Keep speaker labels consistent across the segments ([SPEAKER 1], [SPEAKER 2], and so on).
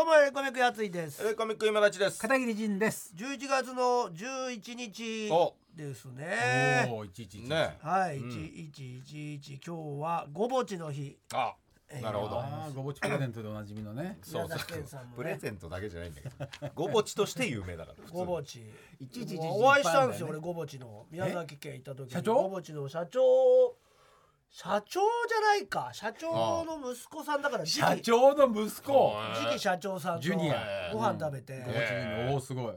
[SPEAKER 1] どうもエレコミックやついです。
[SPEAKER 2] エレコミック今立ちです。
[SPEAKER 3] 片桐仁です。
[SPEAKER 1] 11月の11日ですね。
[SPEAKER 3] おお、111
[SPEAKER 2] ね。
[SPEAKER 1] はい、1111今日はごぼちの日。
[SPEAKER 2] あ、なるほど。
[SPEAKER 3] ごぼちプレゼントでおなじみのね。
[SPEAKER 2] そう
[SPEAKER 1] 宮崎県さんもね
[SPEAKER 2] プレゼントだけじゃないんだけど、ごぼちとして有名だから。
[SPEAKER 1] ごぼち。
[SPEAKER 3] 1111
[SPEAKER 1] お会いしたんですよ俺ごぼちの宮崎県行った時に。
[SPEAKER 3] 社長
[SPEAKER 1] ごぼちの社長じゃないか。社長の息子さんだから
[SPEAKER 3] 社長の息子。
[SPEAKER 1] 次期社長さんと
[SPEAKER 3] ジュニア
[SPEAKER 1] ご飯食べて。
[SPEAKER 3] ごぼちにおおすごい。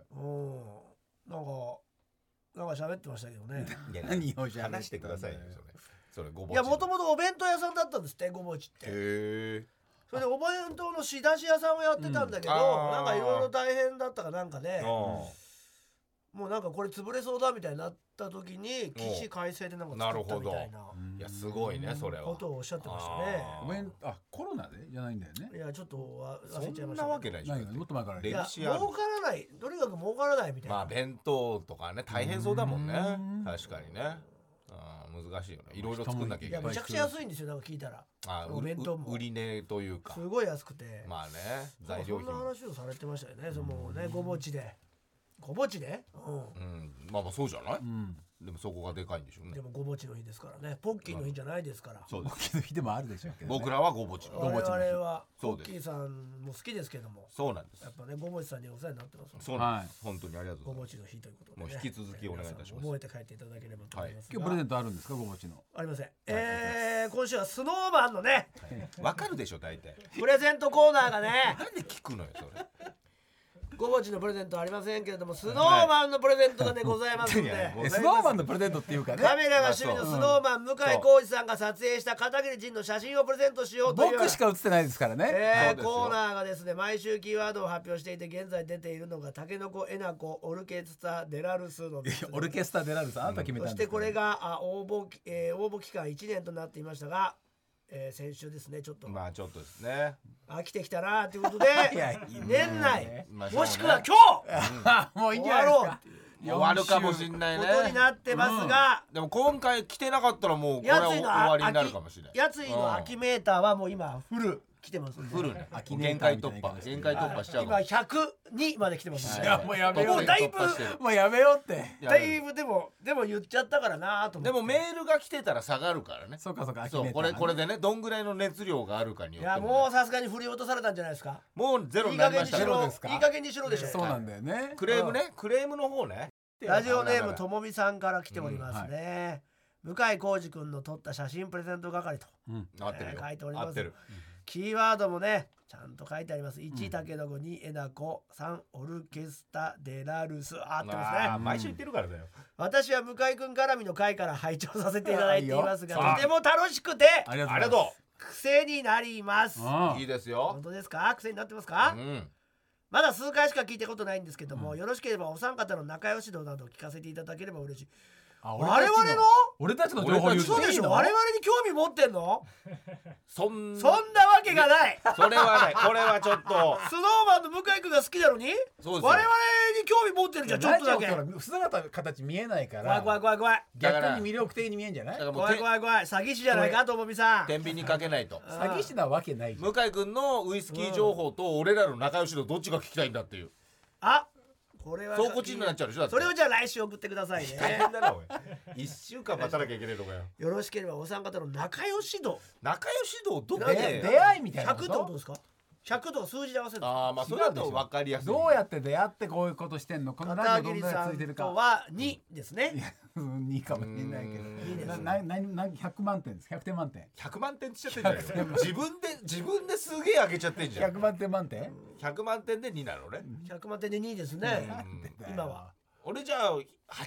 [SPEAKER 1] なんか喋ってましたけどね。
[SPEAKER 3] 何をじゃ
[SPEAKER 2] 話してくださいよそれごぼち。
[SPEAKER 1] いやもともとお弁当屋さんだったんですってごぼちって。
[SPEAKER 2] へえ。
[SPEAKER 1] それでお弁当の仕出し屋さんをやってたんだけど、なんかいろいろ大変だったかなんかで、もうなんかこれ潰れそうだみたいになった時に起死回生でなんか作ったみたいな。
[SPEAKER 2] いやすごいねそれは。
[SPEAKER 1] ことをおっしゃってましたね。
[SPEAKER 3] コロナでじゃないんだよね。
[SPEAKER 1] いやちょっと忘れちゃいました。
[SPEAKER 2] そんなわけないじゃん。
[SPEAKER 3] もっと前から。
[SPEAKER 1] いや儲からない。とにかく儲からないみたいな。
[SPEAKER 2] まあ弁当とかね大変そうだもんね。確かにね。難しいよね。いろいろ作んなきゃいけない。
[SPEAKER 1] めちゃくちゃ安いんですよ。なんか聞いたら。お弁当も
[SPEAKER 2] 売り値というか。
[SPEAKER 1] すごい安くて。
[SPEAKER 2] まあね。材料費。
[SPEAKER 1] そんな話をされてましたよね。そのねごぼちで。ごぼちで？
[SPEAKER 2] まあそうじゃない？でもそこがでかいんでしょうね。
[SPEAKER 1] でもごぼちの日ですからね。ポッキーの日じゃないですから。
[SPEAKER 3] ポッキーの日でもあるでしょうけど。
[SPEAKER 2] 僕らはごぼちの。
[SPEAKER 1] 我々はポッキーさんも好きですけども。
[SPEAKER 2] そうなんです。
[SPEAKER 1] やっぱねごぼちさんにお世話になってます。
[SPEAKER 2] そうなんです。本当にありがとうございます。
[SPEAKER 1] ごぼちの日ということで。
[SPEAKER 2] もう引き続きお願いいたします。
[SPEAKER 1] 覚えて帰っていただければと思います。
[SPEAKER 3] 今日プレゼントあるんですかごぼちの？
[SPEAKER 1] ありません。今週はスノーマンのね。
[SPEAKER 2] わかるでしょ大体。
[SPEAKER 1] プレゼントコーナーがね。
[SPEAKER 2] なんで聞くのよそれ。
[SPEAKER 1] ごぼちのプレゼントありませんけれどもスノーマンのプレゼントがねございますので
[SPEAKER 3] スノーマンのプレゼントっていうかね
[SPEAKER 1] カメラが趣味のスノーマン向井浩二さんが撮影した片桐仁の写真をプレゼントしようという
[SPEAKER 3] 僕しか写ってないですからね
[SPEAKER 1] コーナーがですね毎週キーワードを発表していて現在出ているのがタケノコエナコオルケスタデラルスの
[SPEAKER 3] オルケスタデラルスあなた決めたんですか？
[SPEAKER 1] そしてこれが応募期間1年となっていましたが先週ですねちょっと
[SPEAKER 2] まあちょっとですね
[SPEAKER 1] 飽きてきたなということで年内もしくは今日
[SPEAKER 3] もういいんじゃないですか
[SPEAKER 2] 終わるかもしんないね
[SPEAKER 1] ことになってますが
[SPEAKER 2] でも今回来てなかったらもうこれは終わりになるかもしれない。
[SPEAKER 1] やついの秋メーターはもう今フル来てますんで
[SPEAKER 2] フルね限界突破しちゃう
[SPEAKER 1] 今102まで来てますんで
[SPEAKER 3] もうやめよう
[SPEAKER 1] もうだいぶ
[SPEAKER 3] もうやめようって
[SPEAKER 1] だいぶでも言っちゃったからなと思って
[SPEAKER 2] でもメールが来てたら下がるからね。
[SPEAKER 3] そうか
[SPEAKER 2] そうこれでねどんぐらいの熱量があるかによって
[SPEAKER 1] いやもうさすがに振り落とされたんじゃないですか。
[SPEAKER 2] もうゼロになりました。
[SPEAKER 1] いい加減にしろでしょ。
[SPEAKER 3] そうなんだよね
[SPEAKER 2] クレームの方ね。
[SPEAKER 1] ラジオネームともみさんから来ておりますね。向井浩二君の撮った写真プレゼント係と
[SPEAKER 2] 合ってるよ
[SPEAKER 1] 書いております。
[SPEAKER 2] 合ってる。
[SPEAKER 1] キーワードもねちゃんと書いてあります。1タケノコ2エナコ3オルケスタデラルス合ってますね。
[SPEAKER 2] 毎週言ってるからだよ。
[SPEAKER 1] 私は向井君絡みの回から拝聴させていただいていますがとても楽しくて
[SPEAKER 3] ありがとう
[SPEAKER 1] 癖になります。
[SPEAKER 2] いいですよ。
[SPEAKER 1] 本当ですか？癖になってますか？まだ数回しか聞いたことないんですけども、よろしければお三方の仲良し度など聞かせていただければ嬉しい。我々の
[SPEAKER 3] 俺たちの情報言
[SPEAKER 1] そうでしょ。我々に興味持ってんの？
[SPEAKER 2] そんな
[SPEAKER 1] わけがない。
[SPEAKER 2] それはない。これはちょっと
[SPEAKER 1] スノーマンの向井君が好きなのに我々に興味持ってるじゃん。ちょっとだけ
[SPEAKER 3] 姿形見えないから
[SPEAKER 1] 怖い
[SPEAKER 3] 逆に魅力的に見えんじゃない？
[SPEAKER 1] 怖い詐欺師じゃないかともみさん。
[SPEAKER 2] 天秤にかけないと。
[SPEAKER 3] 詐欺師なわけない。
[SPEAKER 2] 向井君のウイスキー情報と俺らの仲良し度どっちが聞きたいんだっていう。
[SPEAKER 1] これは
[SPEAKER 2] そうこっちになっちゃうでしょ。
[SPEAKER 1] それをじゃあ来週送ってくださいね。
[SPEAKER 2] 大変だなおい。1週間待たなきゃいけないのかよ。
[SPEAKER 1] よろしければお三方の仲良し度
[SPEAKER 2] どこで
[SPEAKER 3] 出会いみたいな
[SPEAKER 1] 100ってことですか？100とか数字で合わせる。
[SPEAKER 2] まあそれだと分かりやすい。
[SPEAKER 3] どうやって出会ってこういうことしてんの？このラジオどんなやつついてるか。
[SPEAKER 1] 片桐さんとは2ですね。
[SPEAKER 3] 2かもしれないけど。100万点です。100点満点。
[SPEAKER 2] 100万点って言っちゃってんじゃん。自分ですげえ上げちゃってんじゃん。
[SPEAKER 3] 100万点満点
[SPEAKER 2] ？100万点で2なのね。
[SPEAKER 1] 100万点で2ですね。今は。
[SPEAKER 2] 俺じゃあ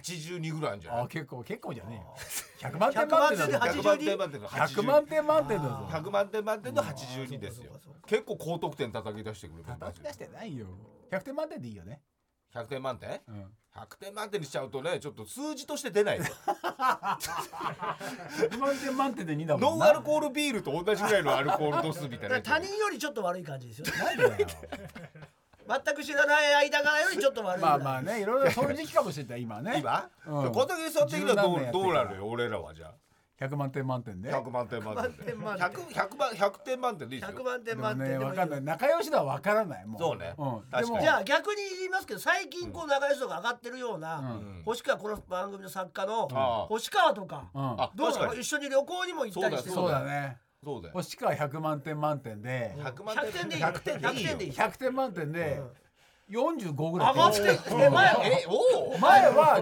[SPEAKER 2] 82ぐらいあるんじゃない？
[SPEAKER 3] 結構じゃねえよ。100万点満点だぞ。100万点満点だぞ。
[SPEAKER 2] 100万点満点の82ですよ。結構高得点叩き出してくる。
[SPEAKER 3] 叩き出してないよ。100点満点でいいよね。
[SPEAKER 2] 100点満点？100点満点にしちゃうとねちょっと数字として出ないよ。
[SPEAKER 3] 100万点満点で2だもんな。
[SPEAKER 2] ノンアルコールビールと同じぐらいのアルコール度数みたいな。
[SPEAKER 1] 他人よりちょっと悪い感じですよね。
[SPEAKER 3] なんだよ。
[SPEAKER 1] 全く知らない間柄よりちょっと悪い。
[SPEAKER 3] まあねいろいろそういう時期かもしれない今ね。
[SPEAKER 2] 小竹さん的にはどうなるよ俺らはじゃあ。
[SPEAKER 3] 100万点満点で
[SPEAKER 2] 100万点満点で100点満点でいいですよ。
[SPEAKER 1] 100万点満点
[SPEAKER 3] で
[SPEAKER 1] でもいい
[SPEAKER 3] もね分かんない仲良し度は分からないもん。
[SPEAKER 2] そうね、
[SPEAKER 3] 確
[SPEAKER 2] かに
[SPEAKER 1] じゃあ逆に言いますけど、最近こう仲良し度が上がってるような、
[SPEAKER 3] うん
[SPEAKER 1] 星川、この番組の作家の
[SPEAKER 2] ああ
[SPEAKER 1] 星川とか、
[SPEAKER 3] あ
[SPEAKER 1] どうなの？
[SPEAKER 2] 確かに
[SPEAKER 1] 一緒に旅行にも行ったりしてる。
[SPEAKER 3] そうだね。
[SPEAKER 2] そうだよ。
[SPEAKER 3] 星川100万点満点で
[SPEAKER 2] 100万
[SPEAKER 1] 100点でいい。
[SPEAKER 2] 100点でいいよ。
[SPEAKER 1] 100点でいい。
[SPEAKER 3] 100点満点で45ぐらい
[SPEAKER 1] 上がってって前
[SPEAKER 3] 前は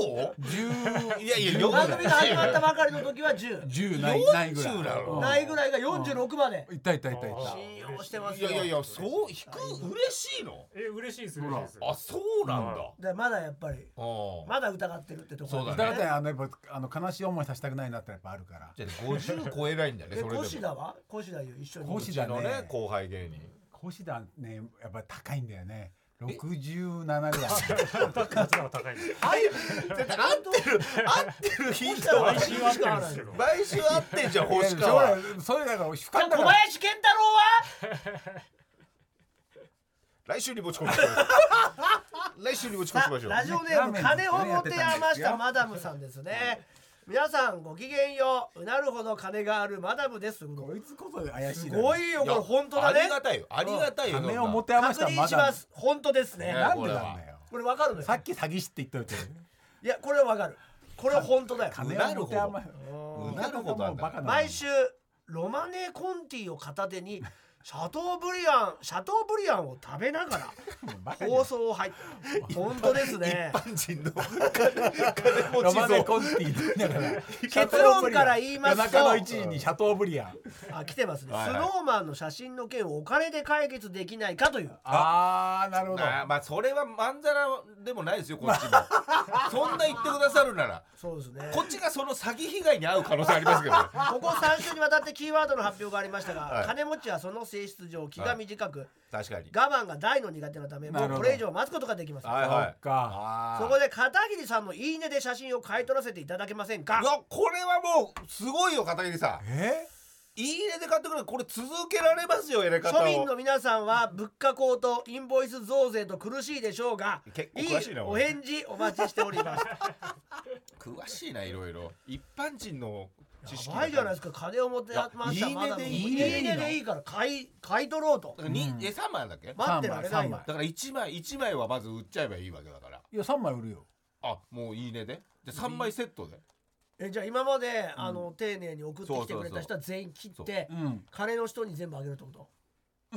[SPEAKER 2] 10いやいや
[SPEAKER 1] 番組が始まったばかりの時は10
[SPEAKER 3] 10ないぐらい
[SPEAKER 2] 40なの
[SPEAKER 1] ないぐらいが46まで
[SPEAKER 3] いった
[SPEAKER 1] 信用してますよ。
[SPEAKER 2] いやそう嬉しいの？
[SPEAKER 4] 嬉しいです嬉しいです。
[SPEAKER 2] あ、そうなんだ。
[SPEAKER 1] でまだやっぱりまだ疑ってるってところ
[SPEAKER 2] そう
[SPEAKER 3] だからやっぱ悲しい思いさせたくないなってやっぱあるから。
[SPEAKER 2] じゃあ50超えないんだね。それでも
[SPEAKER 1] 越田は越田よ一緒に
[SPEAKER 3] 越田
[SPEAKER 2] のね後輩芸人
[SPEAKER 3] 越田ねやっぱり高いんだよね。67ぐらい。
[SPEAKER 4] 高い。
[SPEAKER 2] はい、合ってるヒントは
[SPEAKER 4] 毎週会ってるんですけど。
[SPEAKER 2] 毎週会ってんじゃん星川。
[SPEAKER 3] それだから
[SPEAKER 1] じゃあ小林健太郎は
[SPEAKER 2] 来週に持ち込みましょう。来週に持ち込みましょう。
[SPEAKER 1] ラジオネーム金を持て余したマダムさんですね。皆さんごきげんよう。うなるほど金があるマダムです。
[SPEAKER 3] こいつこそ怪しい。
[SPEAKER 1] すごいよこれ本当だね。
[SPEAKER 2] ありがたいよありがたいよ。
[SPEAKER 3] 金を持て余した
[SPEAKER 1] 確認
[SPEAKER 3] マダム。
[SPEAKER 1] します。本当ですね。
[SPEAKER 3] なんでなんだよ。
[SPEAKER 1] これわかるのよ。
[SPEAKER 3] さっき詐欺師って言っといて。
[SPEAKER 1] いやこれはわかる。これは本当だよ。
[SPEAKER 3] 金を持て余る。
[SPEAKER 2] うなるほどなんだ。
[SPEAKER 1] 毎週ロマネーコンティを片手にシャトーブリアンを食べながら放送を入った本当ですね。
[SPEAKER 2] 一般人の金持
[SPEAKER 3] ロマネ
[SPEAKER 2] ち像
[SPEAKER 3] コンティだから
[SPEAKER 1] 結論から言いますと
[SPEAKER 3] 夜中の1時にシャトーブリアン。
[SPEAKER 1] 来てますね。
[SPEAKER 2] はい
[SPEAKER 1] スノーマンの写真の件をお金で解決できないかという。
[SPEAKER 3] なるほど。
[SPEAKER 2] まあそれはまんざらでもないですよこっちも。そんな言ってくださるなら
[SPEAKER 1] そうですね。
[SPEAKER 2] こっちがその詐欺被害に遭う可能性ありますけどね。
[SPEAKER 1] ここ3週にわたってキーワードの発表がありましたが、
[SPEAKER 2] はい
[SPEAKER 1] 金持ちはその性質上気が短く、
[SPEAKER 2] 確かに。
[SPEAKER 1] 我慢が大の苦手なためもうこれ以上待つことができません。
[SPEAKER 2] はいはい。
[SPEAKER 3] そっか。
[SPEAKER 1] そこで片桐さんのいいねで写真を買い取らせていただけませんか。
[SPEAKER 2] いやこれはもうすごいよ片桐さん。いいねで買ってくれ。これ続けられますよやり方を。
[SPEAKER 1] 庶民の皆さんは物価高騰インボイス増税と苦しいでしょうが、
[SPEAKER 2] 結構
[SPEAKER 1] い
[SPEAKER 2] 詳しいな
[SPEAKER 1] お返事お待ちしております。
[SPEAKER 2] 詳しいないろいろ。一般人の知識
[SPEAKER 1] やばいじゃないですか。金を持ってました。まだいいねでいいから買い取ろうと。
[SPEAKER 2] 3枚だっけ。
[SPEAKER 1] 待ってられないよ。
[SPEAKER 2] だから1枚はまず売っちゃえばいいわけだから。
[SPEAKER 3] いや3枚売るよ。
[SPEAKER 2] あもういいねで。じゃあ3枚セットで。
[SPEAKER 1] じゃあ今まで丁寧に送ってきてくれた人は全員切って金の人に全部あげるってこと。と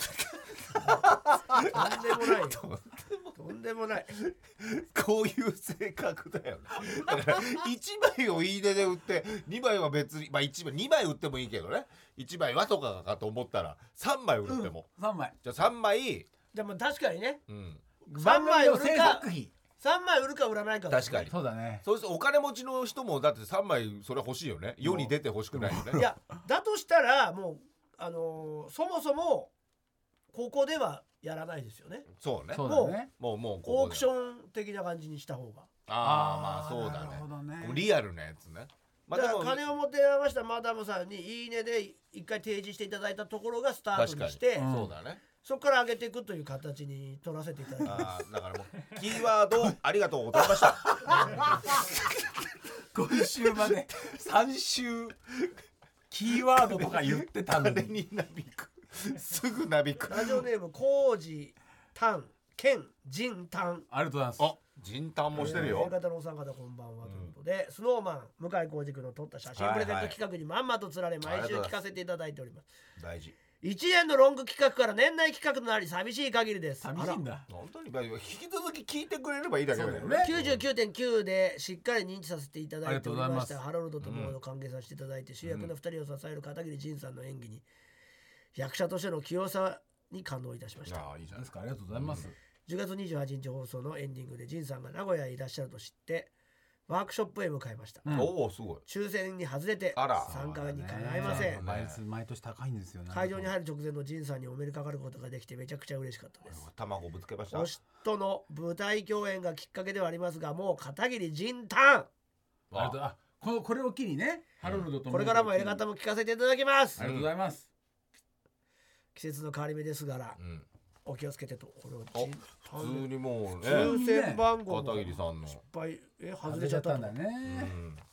[SPEAKER 1] んでもない
[SPEAKER 2] こういう性格だよね。だから1枚をいいねで売って2枚は別に、まあ2枚売ってもいいけどね。1枚はとかかと思ったら3枚売っても、
[SPEAKER 3] 3枚
[SPEAKER 2] じゃあ3枚。
[SPEAKER 1] でも確かにね、
[SPEAKER 3] 3枚売るか
[SPEAKER 1] 3枚売るか売らないか。
[SPEAKER 2] 確かに
[SPEAKER 3] そうだね。
[SPEAKER 2] そうするとお金持ちの人もだって3枚それ欲しいよね。世に出て欲しくないよね。
[SPEAKER 1] いやだとしたらもうそもそもここではやらないですよね。
[SPEAKER 2] そうね。
[SPEAKER 3] そうだね。
[SPEAKER 2] もうここ
[SPEAKER 1] オークション的な感じにした方が。
[SPEAKER 2] まあそうだね。リアルなやつね。
[SPEAKER 1] だから金を持ってましたマダムさんにいいねで一回提示していただいたところがスタートにして、
[SPEAKER 2] そうだね。
[SPEAKER 1] そこから上げていくという形に取らせていただきます。
[SPEAKER 2] だからもうキーワードありがとうございました。
[SPEAKER 3] 今週まで3週キーワードとか言ってたの
[SPEAKER 2] になびく。すぐなびく。
[SPEAKER 1] ラジオネームコウジタンケンジンタン。
[SPEAKER 3] ありがとうございます。
[SPEAKER 2] 人丹もしてるよ。
[SPEAKER 1] 方のお三方こんばんはということで、スノーマン向井浩二君の撮った写真プレゼント企画にまんまとつられ毎週聞かせていただいております。
[SPEAKER 2] 大事。
[SPEAKER 1] 1年のロング企画から年内企画となり寂しい限りです。
[SPEAKER 3] 寂しいんだ。
[SPEAKER 2] 本当に引き続き聞いてくれればいいだけだよね。
[SPEAKER 1] 99.9 でしっかり認知させていただいておりました。ハロルドとモード関係させていただいて、主役の2人を支える片桐仁さんの演技に役者としての器用さに感動いたしました。
[SPEAKER 3] いいじゃないですか。ありがとうございます。
[SPEAKER 1] 10月28日放送のエンディングで仁さんが名古屋へいらっしゃると知ってワークショップへ向かいました。
[SPEAKER 2] おおすごい。
[SPEAKER 1] 抽選に外れて参加に叶いません。
[SPEAKER 3] 毎年高いんですよね。
[SPEAKER 1] 会場に入る直前の仁さんにお目にかかることができてめちゃくちゃ嬉しかったです。
[SPEAKER 2] 卵ぶつけました。
[SPEAKER 1] 推しとの舞台共演がきっかけではありますが、もう片桐仁タン。
[SPEAKER 3] これを機にね、ハロルドと
[SPEAKER 1] これからもやり方も聞かせていただきます。
[SPEAKER 3] ありがとうございます。
[SPEAKER 1] 季節の変わり目ですから、お気をつけてと。これを
[SPEAKER 2] 普通にもうね。
[SPEAKER 1] 抽選番号
[SPEAKER 2] 片桐さんの
[SPEAKER 1] 失敗外れちゃったんだ
[SPEAKER 3] ね。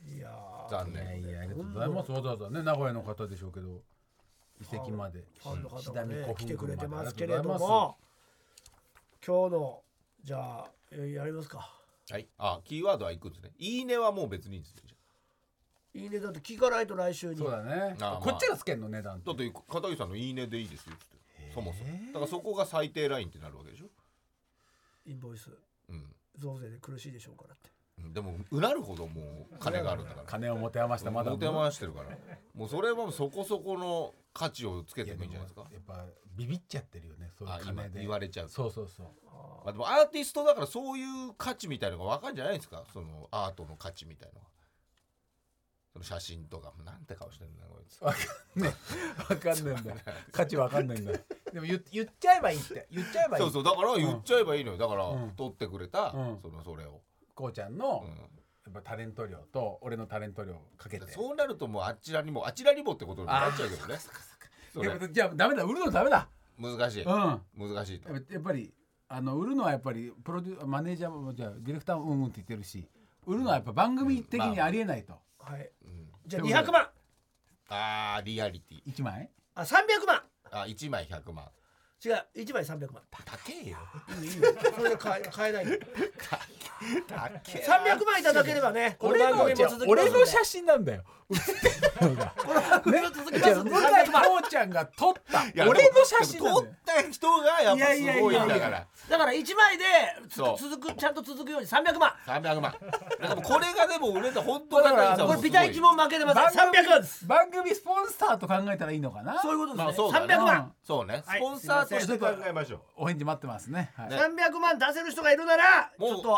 [SPEAKER 1] いや
[SPEAKER 2] 残念。
[SPEAKER 3] いやありがとうございます。わざわざね名古屋の方でしょうけど遺跡まで
[SPEAKER 1] ファンの方
[SPEAKER 3] シ
[SPEAKER 1] がね
[SPEAKER 3] ダミ古墳
[SPEAKER 1] 来てくれて
[SPEAKER 3] 群まで
[SPEAKER 1] ますけれど
[SPEAKER 3] ありがとうござい
[SPEAKER 1] も、今日のじゃあやりますか。
[SPEAKER 2] はい。キーワードはいくんですね。いいねはもう別にいいんですね。
[SPEAKER 1] いいねだって聞かないと来週に。
[SPEAKER 3] そうだね。
[SPEAKER 2] まあ
[SPEAKER 3] こっちがつけんの値段。
[SPEAKER 2] だって片桐さんのいいねでいいですよってそもそも。だからそこが最低ラインってなるわけでしょ。
[SPEAKER 1] インボイス
[SPEAKER 2] うん
[SPEAKER 1] 増税で苦しいでしょうからって。
[SPEAKER 2] でもうなるほどもう金があるんだから。
[SPEAKER 3] 金を持て余したまだ
[SPEAKER 2] 持て回してるから。もうそれはそこそこの価値をつけてもいいんじゃないですか。
[SPEAKER 3] やっぱビビっちゃってるよね。そういう
[SPEAKER 2] 今
[SPEAKER 3] 金で
[SPEAKER 2] 言われちゃう。
[SPEAKER 3] そうそうそう。
[SPEAKER 2] まあでもアーティストだからそういう価値みたいなのが分かるんじゃないですか。そのアートの価値みたいなのが。その写真とかなんて顔してるんだこいつ。
[SPEAKER 3] わかんないんだ。価値わかんないんだ。でも言っちゃえばいいって言っちゃえばいい。
[SPEAKER 2] そうそうだから言っちゃえばいいのよ。だから、
[SPEAKER 3] うん
[SPEAKER 2] 撮ってくれた、
[SPEAKER 3] うん
[SPEAKER 2] それを、
[SPEAKER 3] こうちゃんの、
[SPEAKER 2] うん
[SPEAKER 3] やっぱタレント料と俺のタレント料かけて。
[SPEAKER 2] そうなるともうあちらにもってことになっちゃうけどね。それ
[SPEAKER 3] やっぱじゃあダメだ売るのダメだ。
[SPEAKER 2] 難しい、
[SPEAKER 3] うん。
[SPEAKER 2] 難しいと。
[SPEAKER 3] やっぱり売るのはやっぱりマネージャーもじゃあディレクターもうんって言ってるし、売るのはやっぱ番組的にありえないと。
[SPEAKER 1] はい。
[SPEAKER 2] うん
[SPEAKER 1] じゃあ200万。
[SPEAKER 2] リアリティ。
[SPEAKER 3] 1枚
[SPEAKER 1] 300万。
[SPEAKER 2] 1枚100万。
[SPEAKER 1] 違う1枚300万。
[SPEAKER 2] 高えよ。
[SPEAKER 1] いいよそれで買えない。
[SPEAKER 2] 高え。
[SPEAKER 1] 300万いただければねこの番組も続きますので。
[SPEAKER 3] 俺の写真なんだよ。写ってるのが。
[SPEAKER 1] この番組も続きますので
[SPEAKER 3] 向井
[SPEAKER 1] 300万。
[SPEAKER 3] こうちゃんが撮った
[SPEAKER 2] いや
[SPEAKER 3] 俺の写真なん
[SPEAKER 2] 撮
[SPEAKER 3] だよ。
[SPEAKER 2] った人がやっぱすごいんだから。
[SPEAKER 1] だから1枚で
[SPEAKER 2] そう
[SPEAKER 1] ちゃんと続くように300万。
[SPEAKER 2] 300万。だからもうこれがでも売れた本当だから
[SPEAKER 1] これビタ1問負けてません。300万です。
[SPEAKER 3] 番組スポンサーと考えたらいいのかな。
[SPEAKER 1] そういうことですね。
[SPEAKER 2] そうだね
[SPEAKER 1] 300万。
[SPEAKER 2] そうね。
[SPEAKER 1] はい
[SPEAKER 2] スポンサーとして考えましょう。
[SPEAKER 3] お返事待ってますね。はい。
[SPEAKER 1] 300万出せる人がいるならち
[SPEAKER 2] もう
[SPEAKER 1] ょっと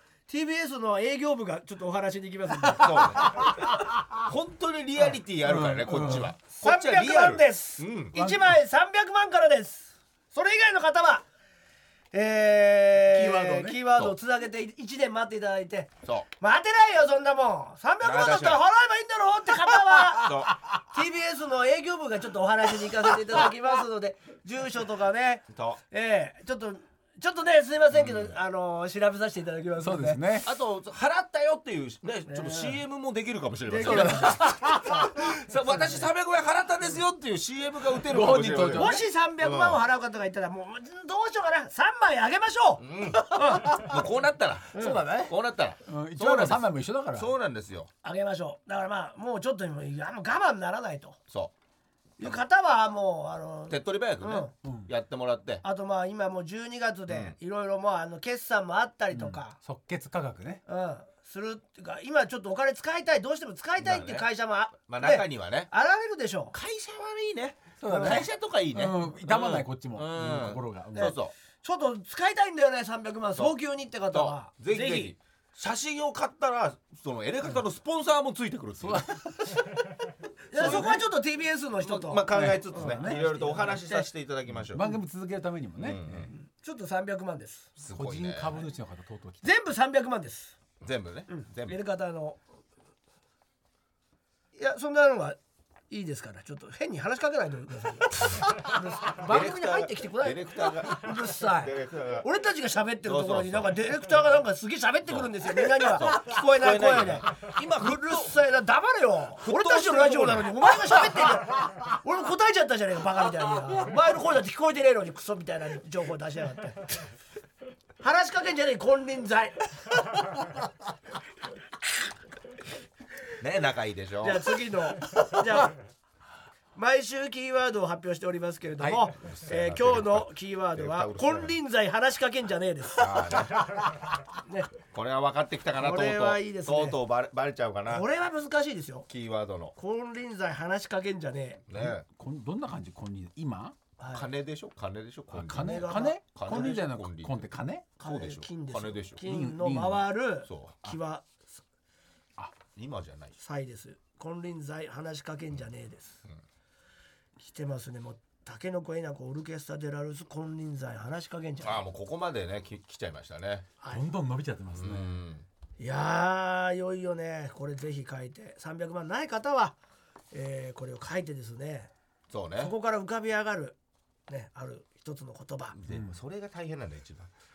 [SPEAKER 1] TBS の営業部がちょっとお話に行きますんで。
[SPEAKER 2] そうね。本当にリアリティあるからね、こっちは。こっちはリ
[SPEAKER 1] 300
[SPEAKER 2] アル
[SPEAKER 1] 万です。
[SPEAKER 2] うん
[SPEAKER 1] 1枚300万からです。それ以外の方はキー
[SPEAKER 3] ワードをね
[SPEAKER 1] キーワードをつなげて1年待っていただいて。
[SPEAKER 2] そう
[SPEAKER 1] 待てないよそんなもん。300万だったら払えばいいんだろうって方は
[SPEAKER 2] そう
[SPEAKER 1] TBS の営業部がちょっとお話に行かせていただきますので住所とかね
[SPEAKER 2] そう
[SPEAKER 1] ちょっとねすいませんけど、調べさせていただきますので。
[SPEAKER 3] そうですね。
[SPEAKER 2] あと払ったよっていうねちょっと CM もできるかもしれません。
[SPEAKER 1] できる
[SPEAKER 2] さ私300円払ったんですよっていう CM が打てるかもしれません。
[SPEAKER 1] もし300万を払う方がいたらもうどうしようかな3枚あげましょう。
[SPEAKER 2] もうこうなったら
[SPEAKER 3] そうだね。
[SPEAKER 2] こうなったら
[SPEAKER 3] 1枚も3枚も一緒だから。
[SPEAKER 2] そうなんですよ。
[SPEAKER 1] あげましょう。だからまあもうちょっともう我慢ならないと
[SPEAKER 2] そ
[SPEAKER 1] いう方はもう
[SPEAKER 2] う手っ取り早くねやってもらって
[SPEAKER 1] あとまあ今もう12月でいろいろもう決算もあったりとか、
[SPEAKER 3] 即決価格ね。
[SPEAKER 1] するっていうか今ちょっとお金使いたいどうしても使いたいっていう会社も
[SPEAKER 2] まあ中にはね
[SPEAKER 1] 現れるでしょう。
[SPEAKER 2] 会社はいいね。
[SPEAKER 3] そうだね
[SPEAKER 2] 会社とかいいね。
[SPEAKER 3] 痛まないこっちも
[SPEAKER 2] うん
[SPEAKER 3] 心が。
[SPEAKER 2] そうそう。
[SPEAKER 1] ちょっと使いたいんだよね300万早急にって方は
[SPEAKER 2] ぜひぜひ写真を買ったらそのエレカタのスポンサーもついてくるっていう。
[SPEAKER 1] いやそこはちょっと TBS の人と
[SPEAKER 2] まあ考えつつね
[SPEAKER 1] そうだね
[SPEAKER 2] いろいろとお話しさせていただきましょう。
[SPEAKER 3] 番組続けるためにもね。
[SPEAKER 1] ちょっと300万です。
[SPEAKER 3] 個人
[SPEAKER 2] すごいね。
[SPEAKER 3] 株主の方とうとう来た。
[SPEAKER 1] 全部300万です。
[SPEAKER 2] 全部ね。全部。
[SPEAKER 1] やり方いやそんなのはいいですからちょっと変に話しかけないでください。番組に入ってきてこない。
[SPEAKER 2] ディレクターが
[SPEAKER 1] うるさい
[SPEAKER 2] ディレクターが
[SPEAKER 1] 俺たちが喋ってるところに
[SPEAKER 2] そうん
[SPEAKER 1] なかディレクターがなんかすげえ喋ってくるんですよ。みんなには聞こえない声で今うるさいな黙れよ。俺たちのラジオなのにお前が喋ってんだよ。俺も答えちゃったじゃねえかバカみたいに。お前の声だって聞こえてねえのにクソみたいな情報出しやがって話しかけんじゃねえ金輪際。
[SPEAKER 2] ね仲いいでしょ。
[SPEAKER 1] じゃあ次のじゃあ毎週キーワードを発表しておりますけれども、今日のキーワードは金輪際話しかけんじゃねえです。ね、
[SPEAKER 2] これは分かってきたかな。
[SPEAKER 1] これはいいですね
[SPEAKER 2] とうとうバレちゃうかな
[SPEAKER 1] こ。れは難しいですよ。
[SPEAKER 2] キーワードの
[SPEAKER 1] 金輪際話しかけんじゃねえ。
[SPEAKER 2] ね。
[SPEAKER 3] どんな感じ金輪今？
[SPEAKER 2] 金でしょ金でしょ。
[SPEAKER 3] 金
[SPEAKER 1] が
[SPEAKER 3] 金
[SPEAKER 2] 金
[SPEAKER 3] 金輪際の
[SPEAKER 2] 金輪
[SPEAKER 3] 金って金？
[SPEAKER 2] そうでしょ。
[SPEAKER 1] 金ですよ
[SPEAKER 2] 金でしょ。
[SPEAKER 1] 金の回る
[SPEAKER 2] そう
[SPEAKER 1] 木は
[SPEAKER 2] 今じゃない。
[SPEAKER 1] 際です。金輪際話しかけんじゃねえです。来てますね。もうタケノコエナコオルケスタデラルス金輪際話しかけんじゃねえ。
[SPEAKER 2] もうここまでね来ちゃいましたね。
[SPEAKER 3] どんどん伸びちゃってますね。
[SPEAKER 1] いやーいよいよねこれぜひ書いて300万ない方は、これを書いてですね
[SPEAKER 2] そうね
[SPEAKER 1] そ。こから浮かび上がるねある一つの言葉。
[SPEAKER 2] でもそれが大変なんだよ一番。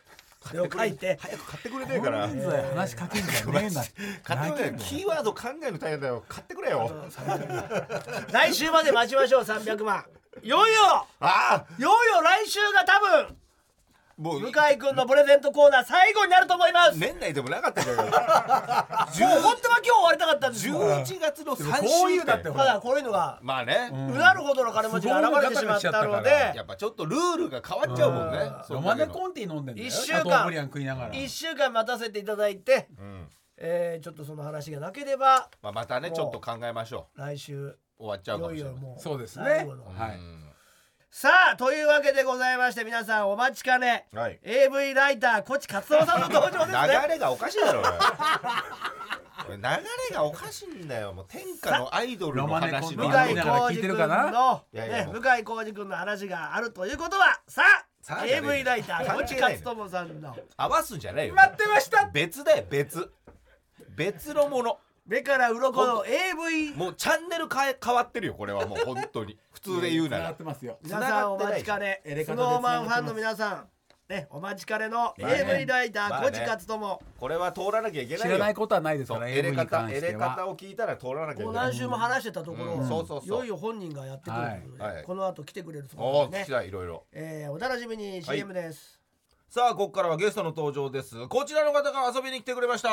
[SPEAKER 1] それを書いて
[SPEAKER 2] 早く買ってくれねえから
[SPEAKER 3] 現在話しかけんじゃねえな
[SPEAKER 2] 買ってくれよキーワード考えるの大変だよ買ってくれよ
[SPEAKER 1] 来週まで待ちましょう。300万いよいよ
[SPEAKER 2] ああ
[SPEAKER 1] 来週が多分
[SPEAKER 2] もう
[SPEAKER 1] 向井くんのプレゼントコーナー最後になると思います。
[SPEAKER 2] 年内でもなかったじゃん
[SPEAKER 1] もう本当は今日終わりたかったんですよ。
[SPEAKER 2] 11月の3週
[SPEAKER 3] こういうだって
[SPEAKER 1] ただこういうのが
[SPEAKER 2] まあね、
[SPEAKER 1] うなるほどの金持ちが現れてしまったので
[SPEAKER 2] やっぱちょっとルールが変わっちゃうもんね
[SPEAKER 3] ロマネコンティ飲んでんだよ
[SPEAKER 1] 一週間
[SPEAKER 3] シャトーブリアン食いながら
[SPEAKER 1] 1週間待たせていただいて、ちょっとその話がなければ、
[SPEAKER 2] まあ、またねちょっと考えましょ
[SPEAKER 1] 来週
[SPEAKER 2] う終わっちゃうかもしれない
[SPEAKER 1] もう
[SPEAKER 3] そうですね
[SPEAKER 1] 最後の
[SPEAKER 3] はい
[SPEAKER 1] さあというわけでございまして皆さんお待ちかね、
[SPEAKER 2] はい
[SPEAKER 1] AV ライター越智克夫さんの登場ですね。
[SPEAKER 2] 流れがおかしいだろおい流れがおかしいんだよもう天下のアイドルの話
[SPEAKER 1] 向井
[SPEAKER 3] ロマネコンティ
[SPEAKER 1] 浩二君の
[SPEAKER 2] いやいやもう
[SPEAKER 1] 向井浩二君の話があるということはさあ
[SPEAKER 2] さあじゃねえ
[SPEAKER 1] AV ライター
[SPEAKER 2] 関係ない
[SPEAKER 1] 越智克夫さんの
[SPEAKER 2] 合わすんじゃないよ
[SPEAKER 3] 待ってました
[SPEAKER 2] 別だよ別のもの
[SPEAKER 1] 目から鱗の AV
[SPEAKER 2] もうチャンネル変わってるよこれはもう本当に普通で言うな
[SPEAKER 3] 繋が
[SPEAKER 2] ら
[SPEAKER 3] ってますよ
[SPEAKER 1] 皆さんお待ちかねスノーマンファンの皆さんねお待ちかねの AV ライター越智克夫
[SPEAKER 2] これは通らなきゃいけないよ
[SPEAKER 3] 知らないことはないですから
[SPEAKER 2] エレ
[SPEAKER 3] AV に関しては
[SPEAKER 2] 方を聞いたら通らなきゃいけ
[SPEAKER 1] もう
[SPEAKER 2] ない
[SPEAKER 1] 何週も話してたところ、
[SPEAKER 2] そう
[SPEAKER 1] いよいよ本人がやってくるということで、
[SPEAKER 2] はい
[SPEAKER 1] この後来てくれるそう
[SPEAKER 2] おー聞き
[SPEAKER 1] ですね、
[SPEAKER 2] たいいろいろ
[SPEAKER 1] お楽しみに CM です、
[SPEAKER 2] さあここからはゲストの登場ですこちらの方が遊びに来てくれました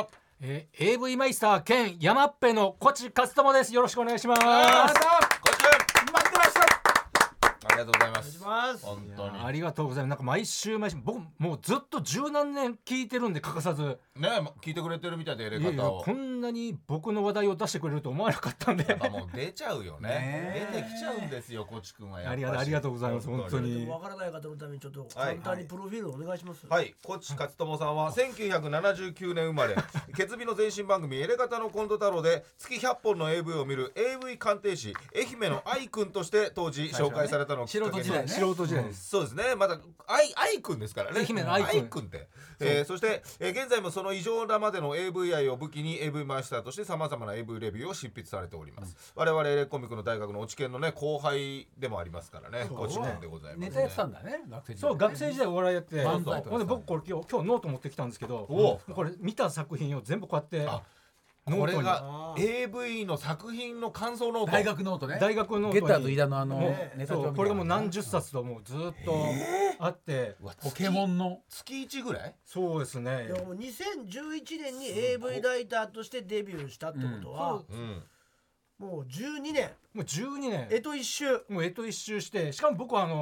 [SPEAKER 4] AV マイスター兼山っぺの越智克夫です。よろしくお願いします。
[SPEAKER 2] こちら
[SPEAKER 3] 待ってました
[SPEAKER 2] ありがとうございま
[SPEAKER 1] お願い
[SPEAKER 2] す
[SPEAKER 1] します
[SPEAKER 2] 本当に
[SPEAKER 4] ありがとうございます。なんか毎週僕もうずっと十何年聞いてるんで欠かさず
[SPEAKER 2] ね聞いてくれてるみたいでエレ
[SPEAKER 4] いやいや
[SPEAKER 2] 方を
[SPEAKER 4] こんなに僕の話題を出してくれると思わなかったんで
[SPEAKER 2] やっぱもう出ちゃうよね
[SPEAKER 3] ね
[SPEAKER 2] 出てきちゃうんですよこちくんはやっぱし
[SPEAKER 4] ありがとうございます本当に
[SPEAKER 1] わからない方のためにちょっと簡単にプロフィールお願いします。
[SPEAKER 2] はい、越智克友さんは1979年生まれケツビの前身番組エレガタのコント太郎で月100本の AV を見る AV 鑑定士愛媛の愛くんとして当時紹介されたのをきっかけに
[SPEAKER 3] 素人時代ね
[SPEAKER 4] 素人時代です。
[SPEAKER 2] そうですねまだ愛くんですからね
[SPEAKER 4] 愛媛の愛くん
[SPEAKER 2] って、そして、現在もその異常なまでの AV 愛を武器に AV マイスターとしてさまざまな AV レビューを執筆されております、我々エレコミックの大学の落ち研のね後輩でもありますからね越智くんでございます、ね、
[SPEAKER 3] ネタやってたんだね学生時代
[SPEAKER 4] そう学生時代お笑いやって
[SPEAKER 3] 漫才とか
[SPEAKER 4] ほんで僕これ今日ノート持ってきたんですけど
[SPEAKER 2] お
[SPEAKER 4] これ見た作品を全部こうやって
[SPEAKER 2] あ
[SPEAKER 4] ノートに
[SPEAKER 2] これが AV の作品の感想ノート
[SPEAKER 3] 大学ノートね
[SPEAKER 4] 大学ノートに
[SPEAKER 3] ゲッターと飯田の
[SPEAKER 4] もう
[SPEAKER 3] ネタ帳みたいな
[SPEAKER 4] そうこれがもう何十冊ともうずっとあって
[SPEAKER 3] ポケモンの
[SPEAKER 2] 月1ぐらい
[SPEAKER 4] そうですね
[SPEAKER 1] でも2011年に AV ライターとしてデビューしたってことは、もう12年
[SPEAKER 4] もう12年
[SPEAKER 1] 干支一周
[SPEAKER 4] もう一周してしかも僕は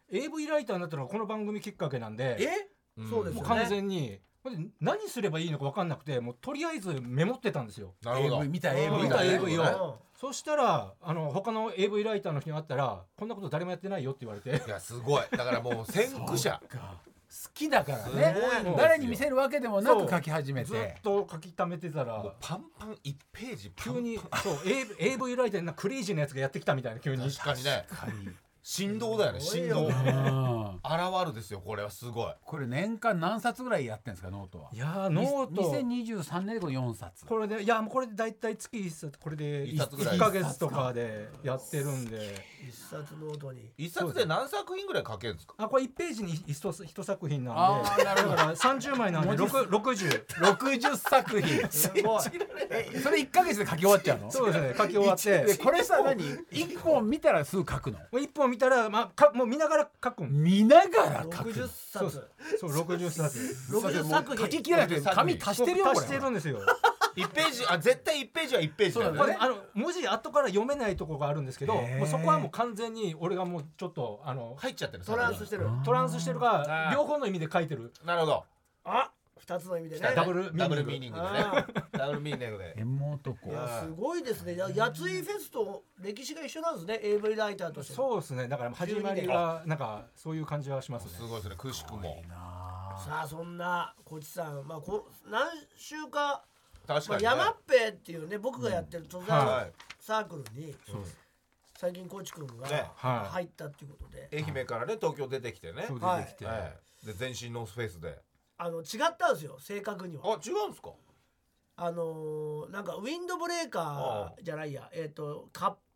[SPEAKER 4] AV ライターになったのがこの番組きっかけなんで
[SPEAKER 1] そうですよね
[SPEAKER 4] もう完全にほんで何すればいいのか分かんなくてもうとりあえずメモってたんですよ。
[SPEAKER 2] なるほど
[SPEAKER 3] AV 見た AV
[SPEAKER 4] 見た
[SPEAKER 3] がね
[SPEAKER 4] AV をそしたら他の AV ライターの人に会ったらこんなこと誰もやってないよって言われて
[SPEAKER 2] いやすごいだからもう先駆者
[SPEAKER 3] 好きだから
[SPEAKER 2] す
[SPEAKER 3] ね
[SPEAKER 2] ごいんですよ
[SPEAKER 3] 誰に見せるわけでもなく書き始め
[SPEAKER 4] ずってと書き溜めてた
[SPEAKER 2] もう
[SPEAKER 4] ら
[SPEAKER 2] パンパン1ページパン
[SPEAKER 4] 急にそう AV ライターにクレイジーなやつがやってきたみたいな急に
[SPEAKER 2] 確かにね振動だよね振動
[SPEAKER 1] すごいよ
[SPEAKER 2] 現るですよこれはすごい
[SPEAKER 3] これ年間何冊ぐらいやってんですかノートはい
[SPEAKER 4] やーノート
[SPEAKER 3] 2023年でこれ4冊
[SPEAKER 4] これでいやもうこれで大体月1冊これで
[SPEAKER 2] 一冊ぐらい
[SPEAKER 4] 1ヶ月とかでやってるんで
[SPEAKER 1] 一冊ノートに
[SPEAKER 2] 一冊で何作品ぐらい書けるんですか
[SPEAKER 4] これ1ページに 1作品なんで
[SPEAKER 3] あーなるほど
[SPEAKER 4] だから30枚なんで60
[SPEAKER 3] 60作品
[SPEAKER 1] すごい
[SPEAKER 3] それ1ヶ月で書き終わっちゃうの
[SPEAKER 4] そうですね書き終わって
[SPEAKER 3] でこれさ何1本見たらすぐ書くの
[SPEAKER 4] もう1本見たらもう見ながら書くん
[SPEAKER 3] 見ながら書く
[SPEAKER 1] 60
[SPEAKER 3] の
[SPEAKER 1] 冊
[SPEAKER 4] そう60冊
[SPEAKER 1] 60作品
[SPEAKER 3] 書ききれなくて紙足してるよこれ
[SPEAKER 4] 足してるんですよ
[SPEAKER 2] 1ページ絶対1ページは1ページだよね
[SPEAKER 4] これ文字後から読めないとこがあるんですけど
[SPEAKER 3] へー
[SPEAKER 4] もうそこはもう完全に俺がもうちょっと
[SPEAKER 2] 入っちゃってる
[SPEAKER 1] トランスしてる
[SPEAKER 4] トランスしてるか
[SPEAKER 2] あー
[SPEAKER 4] 両方の意味で書いてる
[SPEAKER 2] なるほど
[SPEAKER 1] あ2つの意味でね
[SPEAKER 4] ダブル
[SPEAKER 2] ダブルミーニングでね
[SPEAKER 1] あ
[SPEAKER 2] ダブルミーニングで
[SPEAKER 3] M男
[SPEAKER 1] いやすごいですねやついフェスと歴史が一緒なんですね AV ライターとして
[SPEAKER 4] そうですねだから始まりがなんかそういう感じはしますね
[SPEAKER 2] すごいですねくしくも
[SPEAKER 1] さあそんな越智さん何週か
[SPEAKER 2] 確かにね
[SPEAKER 1] 山っぺっていうね僕がやってる登山
[SPEAKER 2] はい
[SPEAKER 1] サークルに最近越智君が
[SPEAKER 2] ね
[SPEAKER 4] はい
[SPEAKER 1] 入ったっていうことで
[SPEAKER 2] 愛媛からね東京出てきてね
[SPEAKER 4] そう出てきて
[SPEAKER 2] はいで全身ノースフェイスで
[SPEAKER 1] 違ったんですよ正確には
[SPEAKER 2] あ違うんですか
[SPEAKER 1] なんかウィンドブレーカーじゃないやカッ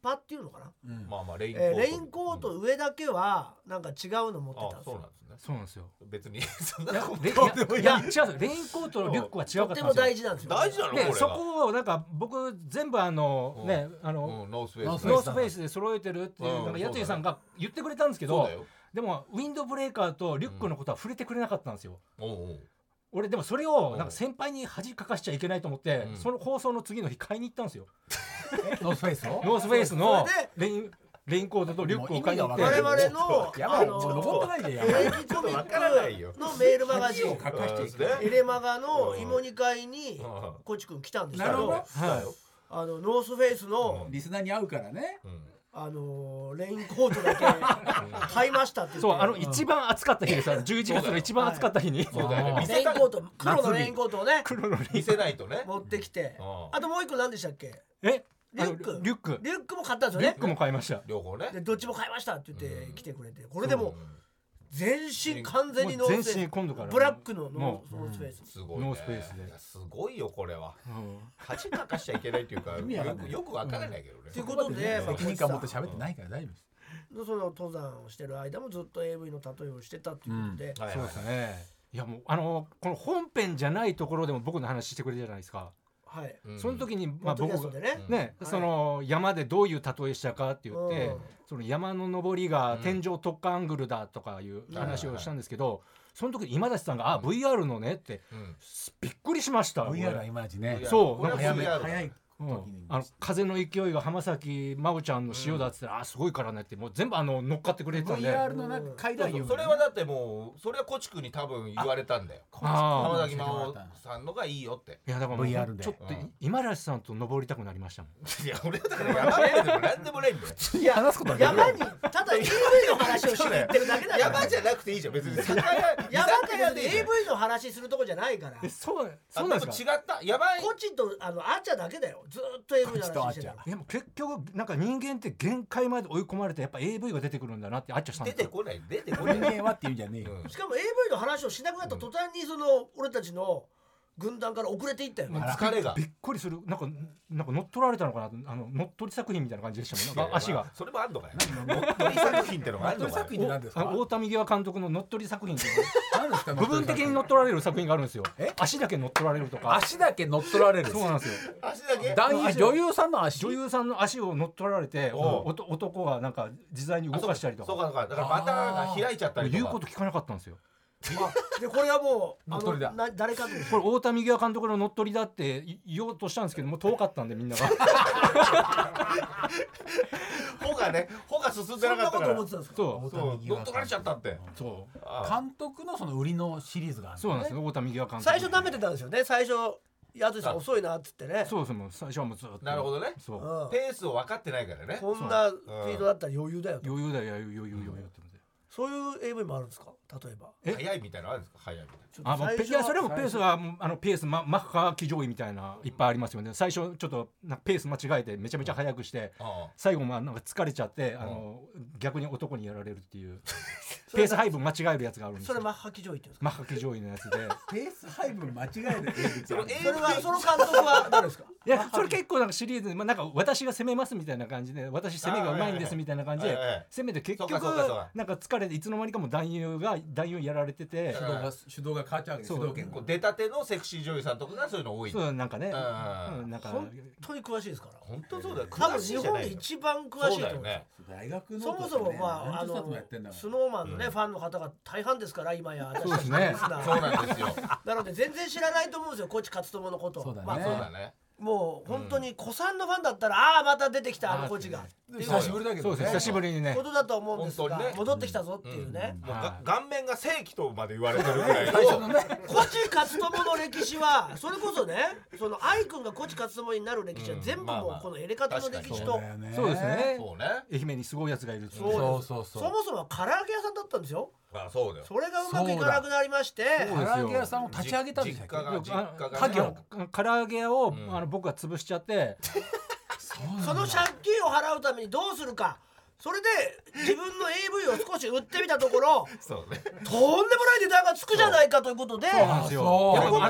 [SPEAKER 1] パっていうのかな、
[SPEAKER 2] まあまあレイ
[SPEAKER 1] ンコート上だけはなんか違うの持ってたんですよ。
[SPEAKER 4] そうなんですよ。
[SPEAKER 2] 別にそんなこと
[SPEAKER 4] いや違う、レインコートのリュックは違うかったんですよ。
[SPEAKER 1] とても大事なんですよ。
[SPEAKER 2] 大事なのこれが。
[SPEAKER 4] そこをなんか僕全部ねノースフェイスで揃えてるっていうなんかやついさんが言ってくれたんですけど、でもウィンドブレーカーとリュックのことは触れてくれなかったんですよ。俺でもそれをなんか先輩に恥かかしちゃいけないと思ってその放送の次の日買いに行ったんですよ。
[SPEAKER 3] ノースフェイスを
[SPEAKER 4] ノースフェイスのレインコートとリュックを買いに行って
[SPEAKER 1] 我々の
[SPEAKER 3] 登ってないでやばい
[SPEAKER 1] エレキコミックのメールマガジンエレマガの芋煮会にコチ君来たんですけど、ノースフェイスの
[SPEAKER 3] リスナーに会うからね、
[SPEAKER 1] レインコートだけ買いましたって言って、
[SPEAKER 4] そう一番暑かった日です。11月の一番暑かった日に
[SPEAKER 1] レインコート、黒のレインコートをね
[SPEAKER 2] 見せないとね
[SPEAKER 1] 持ってきて、あともう一個何でしたっけ？リュックも買ったんですよね。
[SPEAKER 4] リュックも買いました。
[SPEAKER 2] 両方ね。
[SPEAKER 1] でどっちも買いましたって言って来てくれて、これでも全身完全にノースフェイス、ブラックのノースフェイス、
[SPEAKER 2] すごいね。
[SPEAKER 4] ノースフェイスです
[SPEAKER 2] ごいよこれは。恥かかしちゃいけないっていうかよくわからないけどね。
[SPEAKER 1] ということで
[SPEAKER 3] 責任感持って喋ってないから大丈夫です。
[SPEAKER 1] その登山をしてる間もずっと AV の例えをしてたっていうことで、
[SPEAKER 4] そうですね。いやもうこの本編じゃないところでも僕の話してくれるじゃないですか。
[SPEAKER 1] はい、
[SPEAKER 4] その時に僕が
[SPEAKER 1] ね、
[SPEAKER 4] その山でどういう例えしたかって言って、その山の登りが天井特化アングルだとかいう話をしたんですけど、その時に今立さんがVR のねってびっくりしました。
[SPEAKER 3] VR は今時ね、
[SPEAKER 4] そうなんか
[SPEAKER 3] 早い
[SPEAKER 4] 風の勢いが浜崎真央ちゃんの塩だって言ったらすごいからねってもう全部乗っかってくれてたんで、
[SPEAKER 3] VR の中階段
[SPEAKER 2] それはだってもうそれはコチ君に多分言われたんだよ。浜崎真央さんのがいいよって。
[SPEAKER 4] いやだからもうちょっと今立さんと登りたくなりましたもん。
[SPEAKER 2] いや俺だから山でも何でもないんだよ。
[SPEAKER 3] いや話すことは
[SPEAKER 1] 山にただ AV の話をしに行ってるだけだから。
[SPEAKER 2] 山じゃなくていいじゃん別に。
[SPEAKER 1] 山って AV の話するとこじゃないから。
[SPEAKER 4] そうなんですか。
[SPEAKER 2] 違った山
[SPEAKER 1] コチとあっちゃだけだよ。ずっと AV の話してた。
[SPEAKER 4] でも結局なんか人間って限界まで追い込まれてやっぱ AV が出てくるんだなってあっちゃしたんですよ。
[SPEAKER 2] 出てこない
[SPEAKER 3] 人間はっていうんじゃねえよ。
[SPEAKER 1] しかも AV の話をしなくなった途端にその俺たちの軍団から遅れていったよね。
[SPEAKER 2] 疲れが
[SPEAKER 4] びっくりする。なんか乗っ取られたのかな、乗っ取り作品みたいな感じでしたもん。なんか足が
[SPEAKER 2] それもあんのかよ。乗っ取り作品ってのがあるのかよ。
[SPEAKER 4] 大田右輪監督の乗っ取り作品って部分的に乗っ取られる作品があるんですよ。足だけ乗っ取られるとか。
[SPEAKER 3] 足だけ乗っ取られる。
[SPEAKER 4] そうなんですよ。
[SPEAKER 2] 足だけ。
[SPEAKER 3] 女優さんの
[SPEAKER 4] 足を乗っ取られて男がなんか自在に動かしたりとか。
[SPEAKER 2] そうかだから股が開いちゃったりとか。
[SPEAKER 4] 言うこと聞かなかったんですよ。
[SPEAKER 1] でこれはもう
[SPEAKER 3] 誰
[SPEAKER 1] か
[SPEAKER 4] これ太田右輪監督の乗っ取りだって言おうとしたんですけども遠かったんでみんなが
[SPEAKER 2] 穂が進んでなかったから。
[SPEAKER 1] そう
[SPEAKER 2] 乗っ取られちゃったって。
[SPEAKER 3] そう監督のその売りのシリーズがある。
[SPEAKER 4] そうなんですよ。太田右輪監督
[SPEAKER 1] 最初舐めてたんですよね。最初やつさん遅いなっつってね。
[SPEAKER 4] そうそう最初はもうずっと。
[SPEAKER 2] なるほどね。ペースを分かってないからね。
[SPEAKER 1] こんなスピードだったら余裕だよ。
[SPEAKER 4] 余裕って
[SPEAKER 1] そういう AV もあるんですか。例えば
[SPEAKER 2] 速いみたいなのあるんですか。速いみたいな。
[SPEAKER 4] いやそれもペースはペースマッハ騎乗位みたいないっぱいありますよね。最初ちょっとペース間違えてめちゃめちゃ速くして最後なんか疲れちゃって逆に男にやられるっていうペース配分間違えるやつがあるんですよ。
[SPEAKER 1] それマッハ騎乗位って言うんですか。
[SPEAKER 4] マッハ騎乗位のやつで
[SPEAKER 3] ペース配分間違える。
[SPEAKER 1] それはその監督は誰ですか。
[SPEAKER 4] いやそれ結構なんかシリーズなんか私が攻めますみたいな感じで私攻めがうまいんですみたいな感じで攻めて結局なんか疲れていつの間にかも男優やられてて
[SPEAKER 3] 主導が変わっちゃうわけです。主導権
[SPEAKER 2] 出たてのセクシー女優さんとかがそういうの多い。
[SPEAKER 4] そうなんかねなんか
[SPEAKER 1] 本当に詳しいですから。
[SPEAKER 2] 本当そうだよ。
[SPEAKER 1] 多分日本で一番詳しいと思う。
[SPEAKER 3] 大学の
[SPEAKER 1] そもそもスノーマンのねファンの方が大半ですから今や。
[SPEAKER 4] そうですね。
[SPEAKER 2] そうなんですよ。
[SPEAKER 1] なので全然知らないと思うんですよ。コチ勝友のこと。
[SPEAKER 3] そうだ
[SPEAKER 2] ね。
[SPEAKER 1] もう本当に古参のファンだったらまた出てきたコチが
[SPEAKER 3] 久しぶりだけどね。
[SPEAKER 4] 久しぶりにね
[SPEAKER 1] ことだと思うんですが戻ってきたぞっていうね。
[SPEAKER 2] 顔面が正規とまで言われてるぐらい。
[SPEAKER 1] コチ勝友の歴史はそれこそねその愛君がコチ勝友になる歴史は全部もうこのエレカタの歴史と。
[SPEAKER 4] そうですね。愛媛にすごいやつがいる。
[SPEAKER 1] そもそも唐揚げ屋さんだったんですよ。
[SPEAKER 2] そうだよ。
[SPEAKER 1] それがうまくいかなくなりまして
[SPEAKER 3] 唐揚げ屋さんを立ち上げたんですよ。
[SPEAKER 4] 唐揚げ屋を僕が潰しちゃって
[SPEAKER 1] その借金を払うためにどうするか。それで自分の AV を少し売ってみたところとんでもない値段がつくじゃないかということで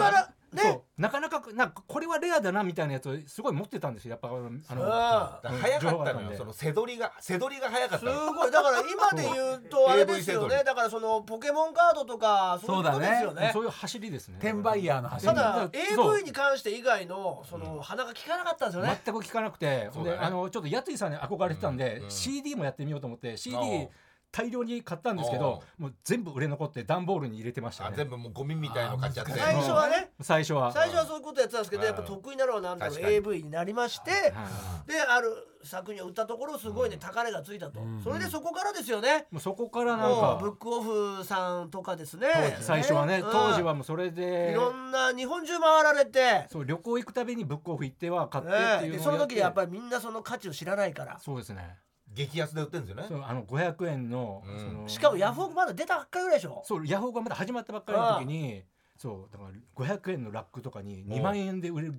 [SPEAKER 1] ね、
[SPEAKER 4] なかなかこれはレアだなみたいなやつをすごい持ってたんですよやっぱ
[SPEAKER 2] 早かったのよその背取りが早かった
[SPEAKER 1] すごいだから今で言うとあれですよねだからそのポケモンカードとかそういうことですよね
[SPEAKER 4] そういう走りですね
[SPEAKER 3] 転売ヤーの走り
[SPEAKER 1] ただ AV に関して以外のその鼻が利かなかったんですよね
[SPEAKER 4] 全く聞かなくてでちょっとやついさんに憧れてたんで CD もやってみようと思って CD大量に買ったんですけどもう全部売れ残って段ボールに入れてましたね
[SPEAKER 2] 全部もうゴミみたいの買っちゃって
[SPEAKER 1] 最初はね
[SPEAKER 4] 最初は
[SPEAKER 1] そういうことやってたんですけどやっぱ得意なのはなんだろう AV になりましてである作品を売ったところすごいね高値がついたとそれでそこからですよね
[SPEAKER 4] もうそこからなんか
[SPEAKER 1] ブックオフさんとかですね
[SPEAKER 4] 最初はね当時はもうそれで
[SPEAKER 1] いろんな日本中回られて
[SPEAKER 4] そう旅行行くたびにブックオフ行っては買ってっていうのを
[SPEAKER 1] その時やっぱりみんなその価値を知らないから
[SPEAKER 4] そうですね
[SPEAKER 2] 激安で売ってるんですよね
[SPEAKER 4] そう500円の
[SPEAKER 1] しかもヤフオクまだ出たばっかりぐらいでしょ
[SPEAKER 4] そうヤフオクがまだ始まったばっかりの時にそうだから500円のラックとかに2万円で売れる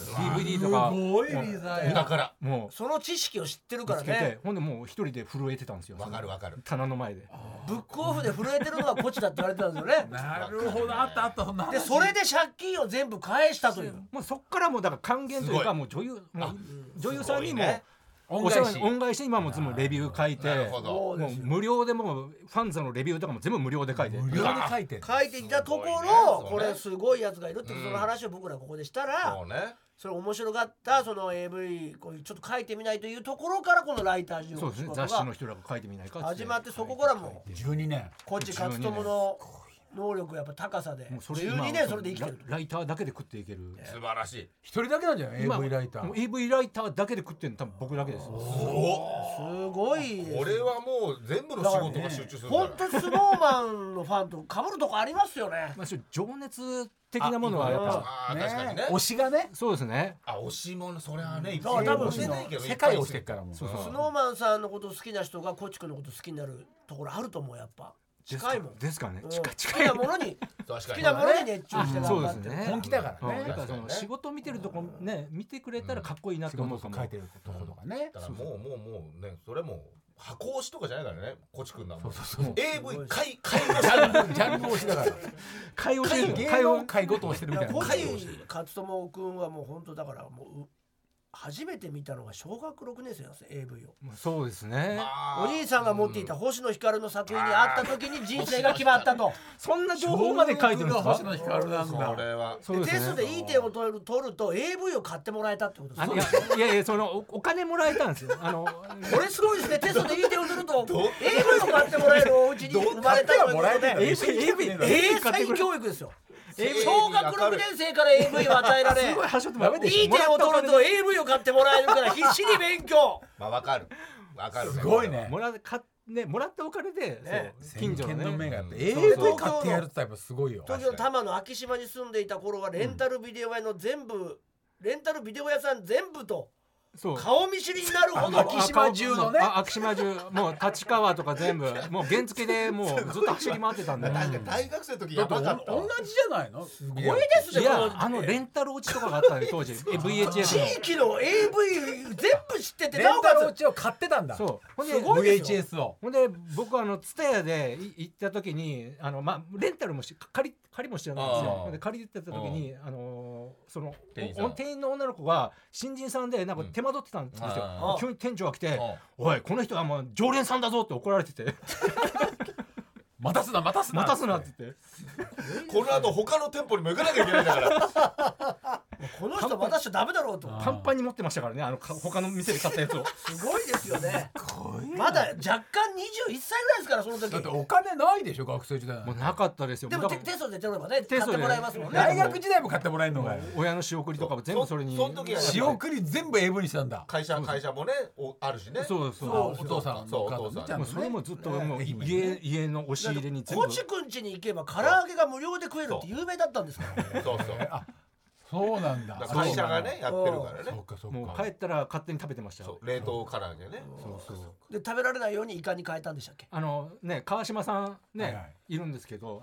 [SPEAKER 4] DVD とか
[SPEAKER 3] すごいリザ
[SPEAKER 2] だから
[SPEAKER 4] もう
[SPEAKER 1] その知識を知ってるから
[SPEAKER 4] 見つけ
[SPEAKER 1] ね
[SPEAKER 4] てほんでもう一人で震えてたんですよ
[SPEAKER 2] わかる
[SPEAKER 4] 棚の前で
[SPEAKER 1] ブックオフで震えてるのがポチだって言われてたんですよね
[SPEAKER 3] なるほどあったそんな話
[SPEAKER 1] でそれで借金を全部返したという
[SPEAKER 4] もうそっからもうだから還元というかもう女優さんにも恩返しに今も全部レビュー書いてもう無料でもうファンザのレビューとかも全部無料で書いて
[SPEAKER 3] 無料で書いて
[SPEAKER 1] いたところこれすごいやつがいるってその話を僕らここでしたらそれ面白かったその AV こうちょっと書いてみないというところからこのライター
[SPEAKER 4] そうですね雑誌の人らが書いてみないか
[SPEAKER 1] 始まってそこからも
[SPEAKER 3] 12年
[SPEAKER 1] こっち勝友の能力やっぱ高さで12年それで生きてる
[SPEAKER 4] ライターだけで食っていける
[SPEAKER 2] 素晴らしい
[SPEAKER 3] 一人だけなんじゃない AV ライター
[SPEAKER 4] AV ライターだけで食ってるの多分僕だけです
[SPEAKER 1] すごい
[SPEAKER 2] これはもう全部の仕事が集中するから
[SPEAKER 1] 本当スノーマンのファンと被るとこありますよね
[SPEAKER 4] 情熱的なものはやっぱ
[SPEAKER 2] 確かにね
[SPEAKER 3] 推しがね
[SPEAKER 4] そうですね
[SPEAKER 2] 推しもそれはね
[SPEAKER 1] 多分
[SPEAKER 3] 世界を推してるからもう
[SPEAKER 1] スノーマンさんのこと好きな人がコチ君のこと好きになるところあると思うやっぱ近いもん
[SPEAKER 4] ですかね
[SPEAKER 1] 近いものに好きなものに熱中して頑張って
[SPEAKER 3] 本気だからね
[SPEAKER 4] やっぱその仕事見てるとこね見てくれたらかっこいいなって思うかも
[SPEAKER 3] 書いてるところとかね
[SPEAKER 2] だからもうねそれも箱押しとかじゃないからねコチ君なんも AV 介護
[SPEAKER 3] ジャンル推しだから
[SPEAKER 4] 介護してる
[SPEAKER 3] 介護としてるみたいな
[SPEAKER 1] コチ勝友君はもう本当だからもう初めて見たのが小学6年生なんですよ AV を
[SPEAKER 4] そうですね
[SPEAKER 1] お兄さんが持っていた星野光の作品に会った時に人生が決まったと
[SPEAKER 4] そんな情報まで書いてるんですか
[SPEAKER 3] 星野光なんだ
[SPEAKER 2] これは
[SPEAKER 1] テストでいい点を取ると AV を買ってもらえたってことです
[SPEAKER 4] いやそのお金もらえたんですよ
[SPEAKER 1] これすごいですねテストでいい点を取ると AV を買ってもらえるお家に生まれたということで英才教育ですよ小学6年生から AV を与えられいい点を取ると AV を買ってもらえるから必死に勉強
[SPEAKER 2] わかる
[SPEAKER 3] すごいね
[SPEAKER 4] もらったお金で近所の
[SPEAKER 3] 目がやっぱ AV 買ってやるってやっぱすごいよ
[SPEAKER 1] 東京の多摩の昭島に住んでいた頃はレンタルビデオ屋さん全部と顔見知りになるほど
[SPEAKER 3] 昭島中のね
[SPEAKER 4] 昭島中もう立川とか全部もう原付でもうずっと走り回ってたんで
[SPEAKER 2] 大学生の時やばかった
[SPEAKER 3] 同じじゃないのす
[SPEAKER 1] ごいですね
[SPEAKER 4] いやレンタル落ちとかがあったんで当時 VHS
[SPEAKER 1] 地域の AV 全部知ってて
[SPEAKER 3] レンタル落ちを買ってたんだ
[SPEAKER 4] そう
[SPEAKER 1] すごいですよ
[SPEAKER 3] VHS を
[SPEAKER 4] ほんで僕TSUTAYAで行った時にレンタルも借りもしてたんですよで借りてた時にその店員の女の子が新人さんでなんか手間取ってたんですよ急に店長が来て「おいこの人はもう常連さんだぞ」って怒られてて
[SPEAKER 3] 待たすな
[SPEAKER 4] って言って
[SPEAKER 2] この後他の店舗にも行かなきゃいけないんだから
[SPEAKER 1] この人待たしちゃダメだろうと
[SPEAKER 4] パンパンに持ってましたからね他の店で買ったやつを
[SPEAKER 1] すごいですよねまだ若干21歳ぐらいですからその時
[SPEAKER 3] だってお金ないでしょ学生時代
[SPEAKER 4] もうなかったですよ
[SPEAKER 1] でもテストで取ればね買ってもらえますもんね
[SPEAKER 3] 大学時代も買ってもらえるのかよ
[SPEAKER 4] 親の仕送りとかも全部それに
[SPEAKER 3] 仕送り全部 AV にしたんだ
[SPEAKER 2] 会社もねあるしね
[SPEAKER 4] そう
[SPEAKER 3] お父さん
[SPEAKER 4] もうそれもずっともう家の押し入れに全部
[SPEAKER 1] コチくん家に行けば唐揚げが無料で食えるって有名だったんですから
[SPEAKER 3] そうなんだ
[SPEAKER 2] 会社がねやってるからね
[SPEAKER 4] もう帰ったら勝手に食べてました
[SPEAKER 2] 冷凍唐揚げね
[SPEAKER 1] で食べられないようにイカに変えたんでしたっけ
[SPEAKER 4] 川島さんねいるんですけど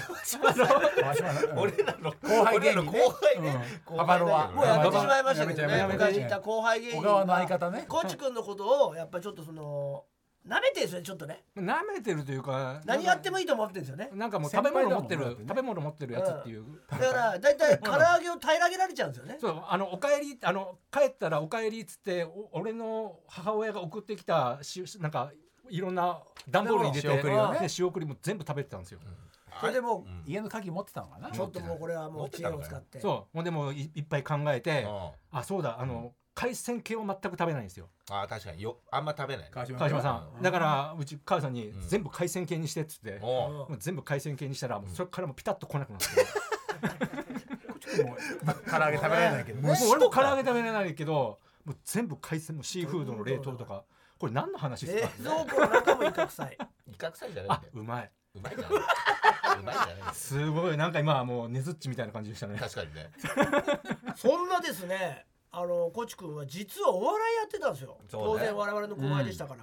[SPEAKER 2] 俺らの
[SPEAKER 3] 後輩芸人ね
[SPEAKER 2] パパロは
[SPEAKER 1] もうやめてしまいましたけどね昔いた後輩芸人
[SPEAKER 3] 小川の相方ね
[SPEAKER 1] コチくんのことをやっぱりちょっと舐めてるんですよねちょっとね。
[SPEAKER 4] 舐めてるというか
[SPEAKER 1] 何やってもいいと思ってるんですよね。
[SPEAKER 4] なんかもう食べ物持ってるやつっていう、
[SPEAKER 1] だからだいたい唐揚げを平らげられちゃうんですよね。
[SPEAKER 4] そうおかえり帰ったらおかえりっつって俺の母親が送ってきたなんかいろんな段ボールに入れて
[SPEAKER 3] 仕送りをね
[SPEAKER 4] 仕送りも全部食べてたんですよ。
[SPEAKER 1] それでも
[SPEAKER 3] 家の鍵持ってたのかな。
[SPEAKER 1] ちょっともうこれはもう知恵を使って。
[SPEAKER 4] そうもうでもいっぱい考えて、あそうだ海鮮系を全く食べないんですよ。
[SPEAKER 2] あ確かにあんま食べない
[SPEAKER 4] 川島さんだからうち母さんに全部海鮮系にしてっつってもう全部海鮮系にしたらそれからもうピタッと来なくなって
[SPEAKER 3] 唐揚げ食べられないけど
[SPEAKER 4] もう俺も唐揚げ食べれないけどもう全部海鮮もシーフードの冷凍とかこれ何の話ですか。
[SPEAKER 1] 冷蔵庫の中もイカ臭い。
[SPEAKER 2] イカ臭いじゃないんだよ。
[SPEAKER 4] うまい。
[SPEAKER 2] うまいじゃない。うまいじゃない。
[SPEAKER 4] すごいなんか今はもうねずっちみたいな感じでしたね。
[SPEAKER 2] 確かにね。
[SPEAKER 1] そんなですねコチ君は実はお笑いやってたんですよ。当然我々の後輩でしたから。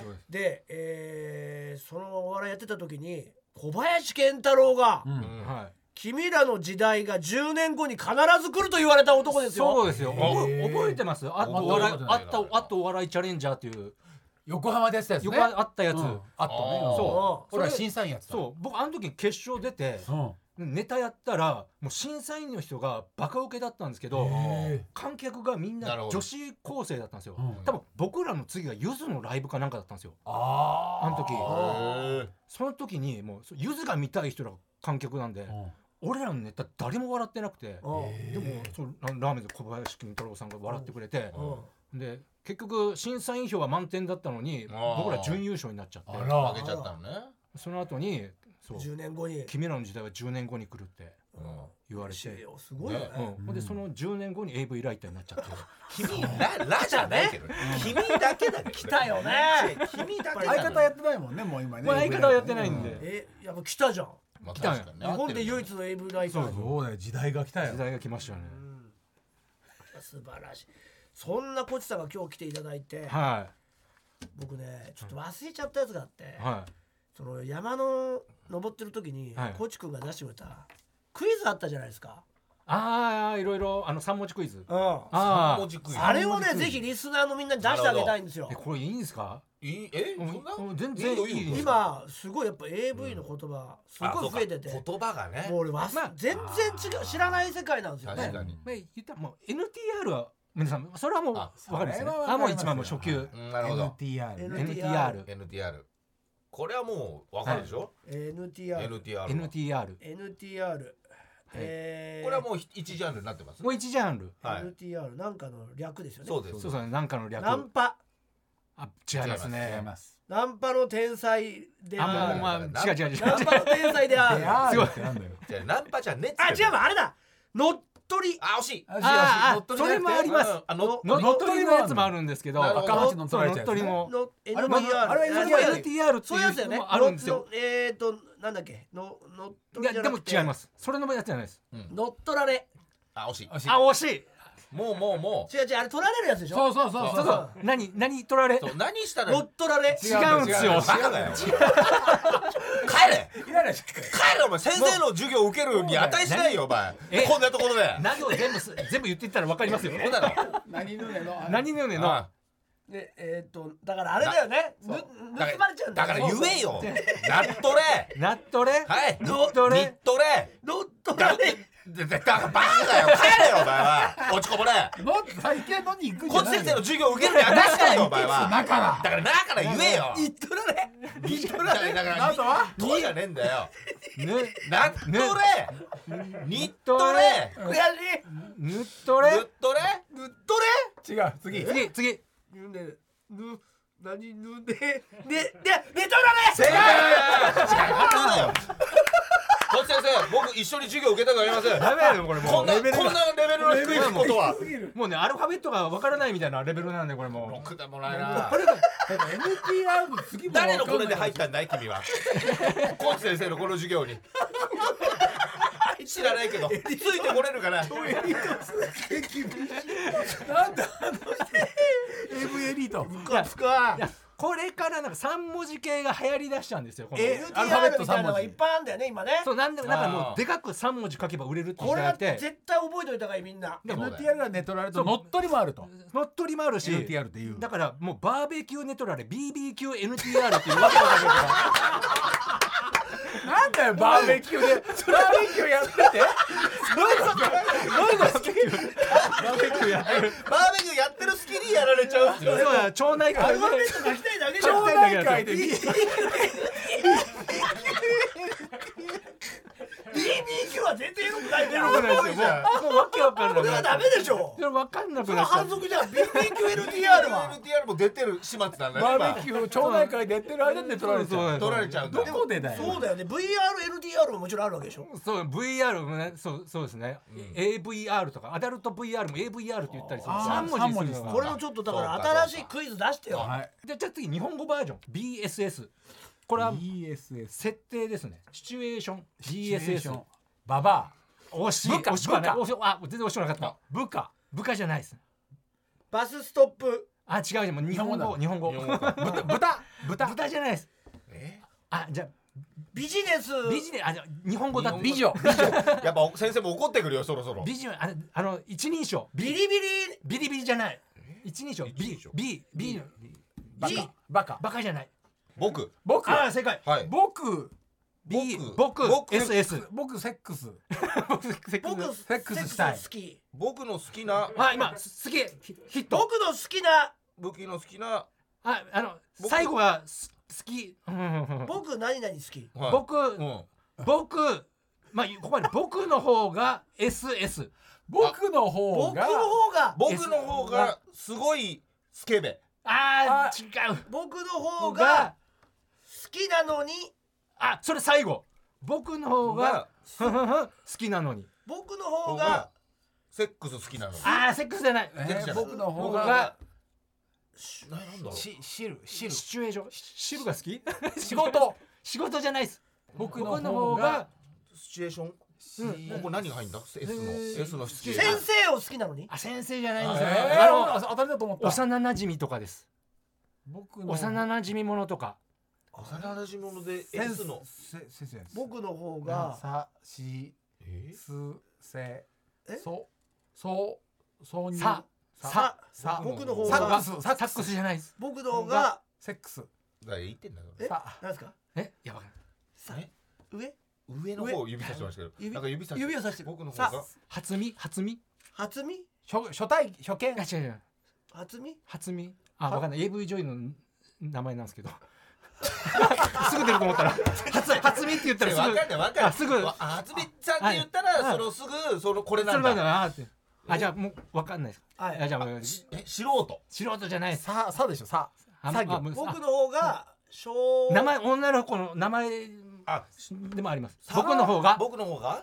[SPEAKER 1] でそのお笑いやってた時に小林賢太郎が君らの時代が10年後に必ず来ると言われた男ですよ。
[SPEAKER 4] そうですよ。覚えてます？あとお笑いチャレンジャーっていう
[SPEAKER 3] 横浜でやってたやつね。
[SPEAKER 4] 横あったやつ。
[SPEAKER 3] あったね。
[SPEAKER 4] そう。
[SPEAKER 3] 俺は審査員やってた。
[SPEAKER 4] そう。僕あの時決勝出てネタやったらもう審査員の人がバカウケだったんですけど観客がみんな女子高生だったんですよ。多分僕らの次がゆずのライブかなんかだったんですよ。あの時。その時にもうゆずが見たい人ら観客なんで。俺らのネタ誰も笑ってなくてでもラーメンズ小林賢太郎さんが笑ってくれてで結局審査員票は満点だったのに僕ら準優勝になっちゃって
[SPEAKER 2] 負けちゃったのね。
[SPEAKER 4] その後に
[SPEAKER 1] 10年後に
[SPEAKER 4] 君らの時代は10年後に来るって言われて
[SPEAKER 1] すごいよね。
[SPEAKER 4] でその10年後に AV ライターになっちゃって
[SPEAKER 2] 君ラじゃないけど君だけだけど
[SPEAKER 1] 来たよね。
[SPEAKER 2] 君だけ
[SPEAKER 3] 相方やってないもんねもう今ね。
[SPEAKER 4] 相方はやってないんで
[SPEAKER 1] やっぱ来たじゃん。
[SPEAKER 2] 来たね。
[SPEAKER 1] 日本で唯一の AV ライター。
[SPEAKER 3] そうだよ時代が来たよ。
[SPEAKER 4] 時代が来ましたよね。
[SPEAKER 1] 素晴らしい。そんなコチさんが今日来ていただいて僕ねちょっと忘れちゃったやつがあってその山の登ってる時にコチ君が出してくれたクイズあったじゃないですか。
[SPEAKER 4] いろいろ3文字クイズ。
[SPEAKER 1] 3文字クイズあれをねぜひリスナーのみんなに出してあげたいんですよ。
[SPEAKER 4] これいいんですか？
[SPEAKER 2] そんな
[SPEAKER 4] 全然いい。
[SPEAKER 1] 今すごいやっぱ AV の言葉すごい増えてて
[SPEAKER 2] 言葉がね
[SPEAKER 1] もう俺全然違う知らない世界なんですよね。
[SPEAKER 2] 確かに
[SPEAKER 4] 言ったらもう NTR は皆さんそれはもう分かるんですよね。もう一番もう初級。
[SPEAKER 2] なるほど。
[SPEAKER 4] NTR。
[SPEAKER 2] これはもう分かるでしょ。
[SPEAKER 1] NTR。
[SPEAKER 2] これはもう1ジャンルになってます。
[SPEAKER 4] もう1ジャンル。
[SPEAKER 1] NTR なんかの略ですよね。
[SPEAKER 2] そうです。
[SPEAKER 4] そうなんかの略。
[SPEAKER 1] ナンパ。
[SPEAKER 4] 違いますね。
[SPEAKER 3] 違います。
[SPEAKER 1] ナンパの天才である。
[SPEAKER 4] 違う。ナン
[SPEAKER 1] パの天才である。
[SPEAKER 4] すごい。
[SPEAKER 2] ナンパじゃね
[SPEAKER 1] え。違うあれだ。乗っ取り。
[SPEAKER 2] 惜しい。
[SPEAKER 4] それもあります。乗っ取りのやつもあるんですけど。
[SPEAKER 3] 赤橋乗っ
[SPEAKER 4] 取りも。
[SPEAKER 1] あれ
[SPEAKER 4] NTR っていうのもあるんですよ。
[SPEAKER 1] なんだっけ乗っ
[SPEAKER 4] 取りじゃなくて。でも違います。それのやつじゃないです。
[SPEAKER 1] 乗っ取られ。
[SPEAKER 2] 惜しい。
[SPEAKER 4] 惜しい。
[SPEAKER 1] もう違うあれ取られるやつでしょ。
[SPEAKER 4] そう何取られ
[SPEAKER 2] 何したら
[SPEAKER 1] 乗っ取られ
[SPEAKER 4] 違うんですよ。
[SPEAKER 2] バカだよ帰れお前先生の授業受けるに値しないよお前こんなところで
[SPEAKER 4] 何を全部言っていったら分かりますよ。
[SPEAKER 3] 何ぬね
[SPEAKER 4] の
[SPEAKER 1] でだからあれだよね盗まれちゃうんだ
[SPEAKER 2] から言えよなっとれはい
[SPEAKER 1] 乗っ取れ
[SPEAKER 2] だからバカだよ帰れよお前は落ちこぼれ
[SPEAKER 3] 最近のに行くんじ
[SPEAKER 2] こ
[SPEAKER 3] ゃない
[SPEAKER 2] っち先生の授業受けるに値しないよお前は
[SPEAKER 3] だから
[SPEAKER 2] だから言えよ
[SPEAKER 1] 言っとられ
[SPEAKER 2] だからとじゃねえんだよなっとれにっとれ
[SPEAKER 1] 悔しい
[SPEAKER 4] ぬっとれ
[SPEAKER 3] 違う次
[SPEAKER 1] 何ぬでとられ
[SPEAKER 2] 正解こっち先生僕一緒に授業受けたくありません。
[SPEAKER 4] ダメだよこれもう
[SPEAKER 2] こんなレベルの低いことは
[SPEAKER 4] もうねアルファベットが分からないみたいなレベルなんでこれもう
[SPEAKER 2] ろくでもないな。
[SPEAKER 3] これが NTR の次も
[SPEAKER 2] 誰のこれで入ったんだい君はコーチ先生のこの授業に知らないけどついてこれるかな。
[SPEAKER 3] なんでAV エリート
[SPEAKER 1] 深い
[SPEAKER 4] これからなんか3文字系が流行りだしたんですよ。この
[SPEAKER 3] アルファベ
[SPEAKER 1] NTR
[SPEAKER 3] ット
[SPEAKER 1] みたいなのが
[SPEAKER 3] 3
[SPEAKER 1] いっぱいあるんだよね今ね。
[SPEAKER 4] そうなんかもうでかく3文字書けば売れるって時
[SPEAKER 1] これは
[SPEAKER 4] 代で、
[SPEAKER 1] 絶対覚えておいた方がいいみんな。
[SPEAKER 4] でも
[SPEAKER 3] NTR がネトラレと乗っ取りもあると
[SPEAKER 4] 乗っ取りもあるし、
[SPEAKER 3] NTR っていう
[SPEAKER 4] だからもうバーベキューネトラレ BBQ NTR っていうわけわかんない
[SPEAKER 3] なんだよバーベキューでバーベキューやっててどういうことバーベキューやってる
[SPEAKER 2] バーベキューやってる隙にやられちゃうっていうね。
[SPEAKER 4] そうだ町内
[SPEAKER 1] ア
[SPEAKER 4] 会で
[SPEAKER 1] ルファベット書きたいだけじゃん。
[SPEAKER 3] 町内会で
[SPEAKER 1] BBQ は全然よくないじゃん。
[SPEAKER 4] もうわけわかんない。
[SPEAKER 1] これはダメでしょ。
[SPEAKER 4] それわかんなく
[SPEAKER 1] その
[SPEAKER 4] なっちゃう。
[SPEAKER 1] 反則じゃん。BBQLTR は。
[SPEAKER 2] NTR も出てる始末なんだね。
[SPEAKER 3] バーベキュー町内会でやってる間に取られちゃう
[SPEAKER 2] 取られちゃうんだ
[SPEAKER 3] どこでだよ
[SPEAKER 1] そうだよね。VRLTR ももちろんあるわけでしょ。
[SPEAKER 4] そう VR もね、そうですね、AVR とかアダルト VR も AVR って言ったりする。
[SPEAKER 3] あー
[SPEAKER 4] 3文字にする
[SPEAKER 3] 三文字
[SPEAKER 4] の
[SPEAKER 1] これもちょっとだから新しいクイズ出してよ。
[SPEAKER 3] はい
[SPEAKER 4] じゃあ次日本語バージョン BSS。これは
[SPEAKER 3] BSS
[SPEAKER 4] 設定ですね。シチュエーション
[SPEAKER 3] シチュエーショ
[SPEAKER 4] BSS。
[SPEAKER 3] ンババ
[SPEAKER 4] 惜しい。
[SPEAKER 3] 部下
[SPEAKER 4] 惜しくはない。
[SPEAKER 3] 部
[SPEAKER 4] 惜しあ全然惜しくなかった。
[SPEAKER 3] ア部下
[SPEAKER 4] 部下じゃないです。
[SPEAKER 1] バスストップ。
[SPEAKER 4] あ違うじゃん。もう日本語日本語。豚じゃないです。あじゃあ
[SPEAKER 1] ビジネス。
[SPEAKER 4] ビジネスじゃあ日本語だって
[SPEAKER 3] 美女
[SPEAKER 2] やっぱ先生も怒ってくるよそろそろ。
[SPEAKER 4] ビジネス一人称
[SPEAKER 1] ビリビリ。
[SPEAKER 4] ビリビリじゃない。一人称 B
[SPEAKER 3] バカ
[SPEAKER 4] バカじゃない。
[SPEAKER 2] 僕
[SPEAKER 4] あ正解。
[SPEAKER 2] はい。
[SPEAKER 3] 僕
[SPEAKER 4] B
[SPEAKER 2] 僕
[SPEAKER 4] 僕 SS
[SPEAKER 3] 僕セックス
[SPEAKER 1] 僕
[SPEAKER 3] セックスしたい
[SPEAKER 1] 好き。
[SPEAKER 2] 僕の好きな
[SPEAKER 4] あ今好きヒット。
[SPEAKER 1] 僕の好きな。
[SPEAKER 2] 武器の好きな
[SPEAKER 4] 最後は好き。
[SPEAKER 1] 僕何々好き。
[SPEAKER 4] 僕まあここまで僕の方が SS。
[SPEAKER 3] 僕の方
[SPEAKER 1] 僕の
[SPEAKER 3] が
[SPEAKER 1] 方が。
[SPEAKER 2] 僕の方がすごいスケベ。
[SPEAKER 4] 違う。
[SPEAKER 1] 僕の方が好きなのに。
[SPEAKER 4] それ最後。僕の方が好きなのに。
[SPEAKER 1] 僕の方が
[SPEAKER 2] セックス好きなの。
[SPEAKER 4] セックスじゃない。
[SPEAKER 3] 僕の方が
[SPEAKER 4] が
[SPEAKER 2] なんだろう。
[SPEAKER 3] 汁
[SPEAKER 4] シチュエーション汁が好き？仕事じゃないです。
[SPEAKER 3] 僕
[SPEAKER 4] の
[SPEAKER 3] の方が
[SPEAKER 4] 方が
[SPEAKER 2] シチュエーション。ここ何が入んだ S のシチュエーション。
[SPEAKER 1] 先生を好きなのに。
[SPEAKER 4] 先生じゃないんですよ。
[SPEAKER 3] 当たりだと思った
[SPEAKER 4] 幼馴染とかです。
[SPEAKER 3] 僕の
[SPEAKER 4] 幼馴染ものとか。
[SPEAKER 2] 幼馴染者で S の
[SPEAKER 3] 先生
[SPEAKER 1] 僕の方が
[SPEAKER 3] さしすせ
[SPEAKER 1] え
[SPEAKER 3] そうに
[SPEAKER 4] さ
[SPEAKER 1] 僕の方
[SPEAKER 3] サ
[SPEAKER 1] が
[SPEAKER 3] ックス
[SPEAKER 4] じゃないです。
[SPEAKER 1] 僕の方が
[SPEAKER 3] セックス
[SPEAKER 2] だ言ってんだよ。
[SPEAKER 1] え
[SPEAKER 3] さ
[SPEAKER 1] なんですか。
[SPEAKER 4] やばい。
[SPEAKER 1] さ上
[SPEAKER 2] 上の方指さしてましたけど、なんか指
[SPEAKER 1] をさしてる。
[SPEAKER 2] 僕の方が
[SPEAKER 4] 初見
[SPEAKER 1] 初見
[SPEAKER 3] 初見
[SPEAKER 4] 違う初見わかんない AV 女優の名前なんですけどすぐ出ると思ったら初見って言ったら
[SPEAKER 2] わかんないわかんない
[SPEAKER 4] すぐ
[SPEAKER 2] 初見さんって言ったらすぐこれなんだ
[SPEAKER 4] なってじゃあもうわかんないです。じゃあ
[SPEAKER 2] 素人
[SPEAKER 4] じゃないです。
[SPEAKER 3] さでしょさ
[SPEAKER 1] 僕の方が
[SPEAKER 4] 名前女の子の名前でもあります。僕の方が
[SPEAKER 2] 好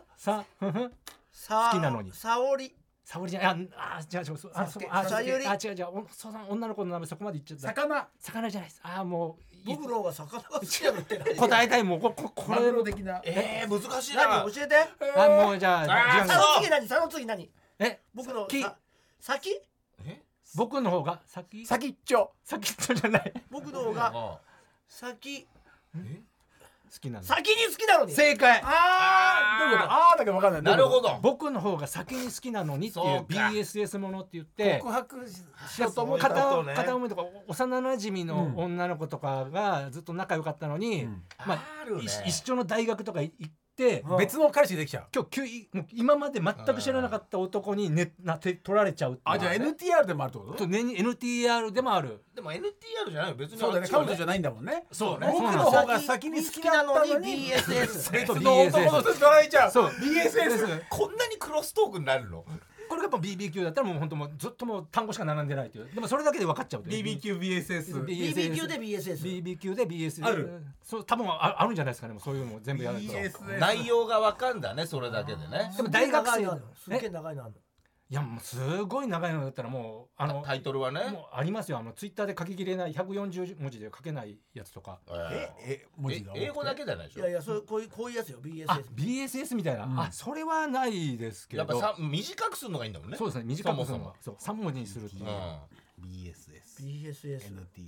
[SPEAKER 4] きなのに
[SPEAKER 1] 沙織
[SPEAKER 4] じゃ違う女の子の名前そこまで言っちゃった。魚じゃないです。もう
[SPEAKER 1] 僕の方が魚が好きなのって何。
[SPEAKER 4] 答えたいもうこれ
[SPEAKER 3] の的な
[SPEAKER 2] 難しいな。
[SPEAKER 1] 何教えて。
[SPEAKER 4] もうじゃあ
[SPEAKER 1] その次何。僕の先。
[SPEAKER 4] 僕の方が先
[SPEAKER 3] っちょ
[SPEAKER 4] じゃない。
[SPEAKER 1] 僕の方が先
[SPEAKER 4] 好きなの。
[SPEAKER 1] 先に好きなのに。
[SPEAKER 4] 正解。
[SPEAKER 3] どういうことだけ分かんない。
[SPEAKER 2] なるほど。
[SPEAKER 4] 僕の方が先に好きなのにっていう BSS ものって言って
[SPEAKER 3] 告白しようと思った
[SPEAKER 4] 片思いとか幼馴染の女の子とかがずっと仲良かったのに一緒の大学とか行って
[SPEAKER 3] 別の彼氏できちゃう。
[SPEAKER 4] 今まで全く知らなかった男に取られちゃう。
[SPEAKER 3] じゃあ NTR でもあるってこと
[SPEAKER 4] ？NTR でもある。
[SPEAKER 2] でも NTR じゃないよ別に。
[SPEAKER 3] そうだね、彼女じゃないんだもんね。
[SPEAKER 4] そうね。
[SPEAKER 3] 僕の方が先に好きなのに
[SPEAKER 1] BSS。
[SPEAKER 3] 別の男の人取られちゃう。
[SPEAKER 4] そう
[SPEAKER 3] BSS。
[SPEAKER 2] こんなにクロストークになるの？
[SPEAKER 4] これがやっぱ BBQ だったらもう本当もうずっともう単語しか並んでないっていう。でもそれだけで分かっちゃう。
[SPEAKER 3] BBQ BSS。
[SPEAKER 1] BBQ で BSS。
[SPEAKER 4] BBQ で BSS。
[SPEAKER 3] ある。
[SPEAKER 4] そう多分あるんじゃないですかね。もうそういうのも全部やると。
[SPEAKER 2] 内容が分かんだねそれだけでね。
[SPEAKER 1] でも大学生すっげえ長いのあるの。
[SPEAKER 4] いやもうすごい長いのだったらもう
[SPEAKER 2] タイトルはね
[SPEAKER 4] もうありますよ。ツイッターで書ききれない140文字で書けないやつとか。
[SPEAKER 3] 文字が
[SPEAKER 2] 英語だけじゃないでしょ。
[SPEAKER 1] いやこういうやつよ BSS。
[SPEAKER 4] BSS みたいな。それはないですけど。
[SPEAKER 2] やっぱ短くするのがいいんだもんね。
[SPEAKER 4] そうですね。短くするの。そう3文字にするっていう。
[SPEAKER 3] BSS。
[SPEAKER 1] BSS。
[SPEAKER 3] NTR。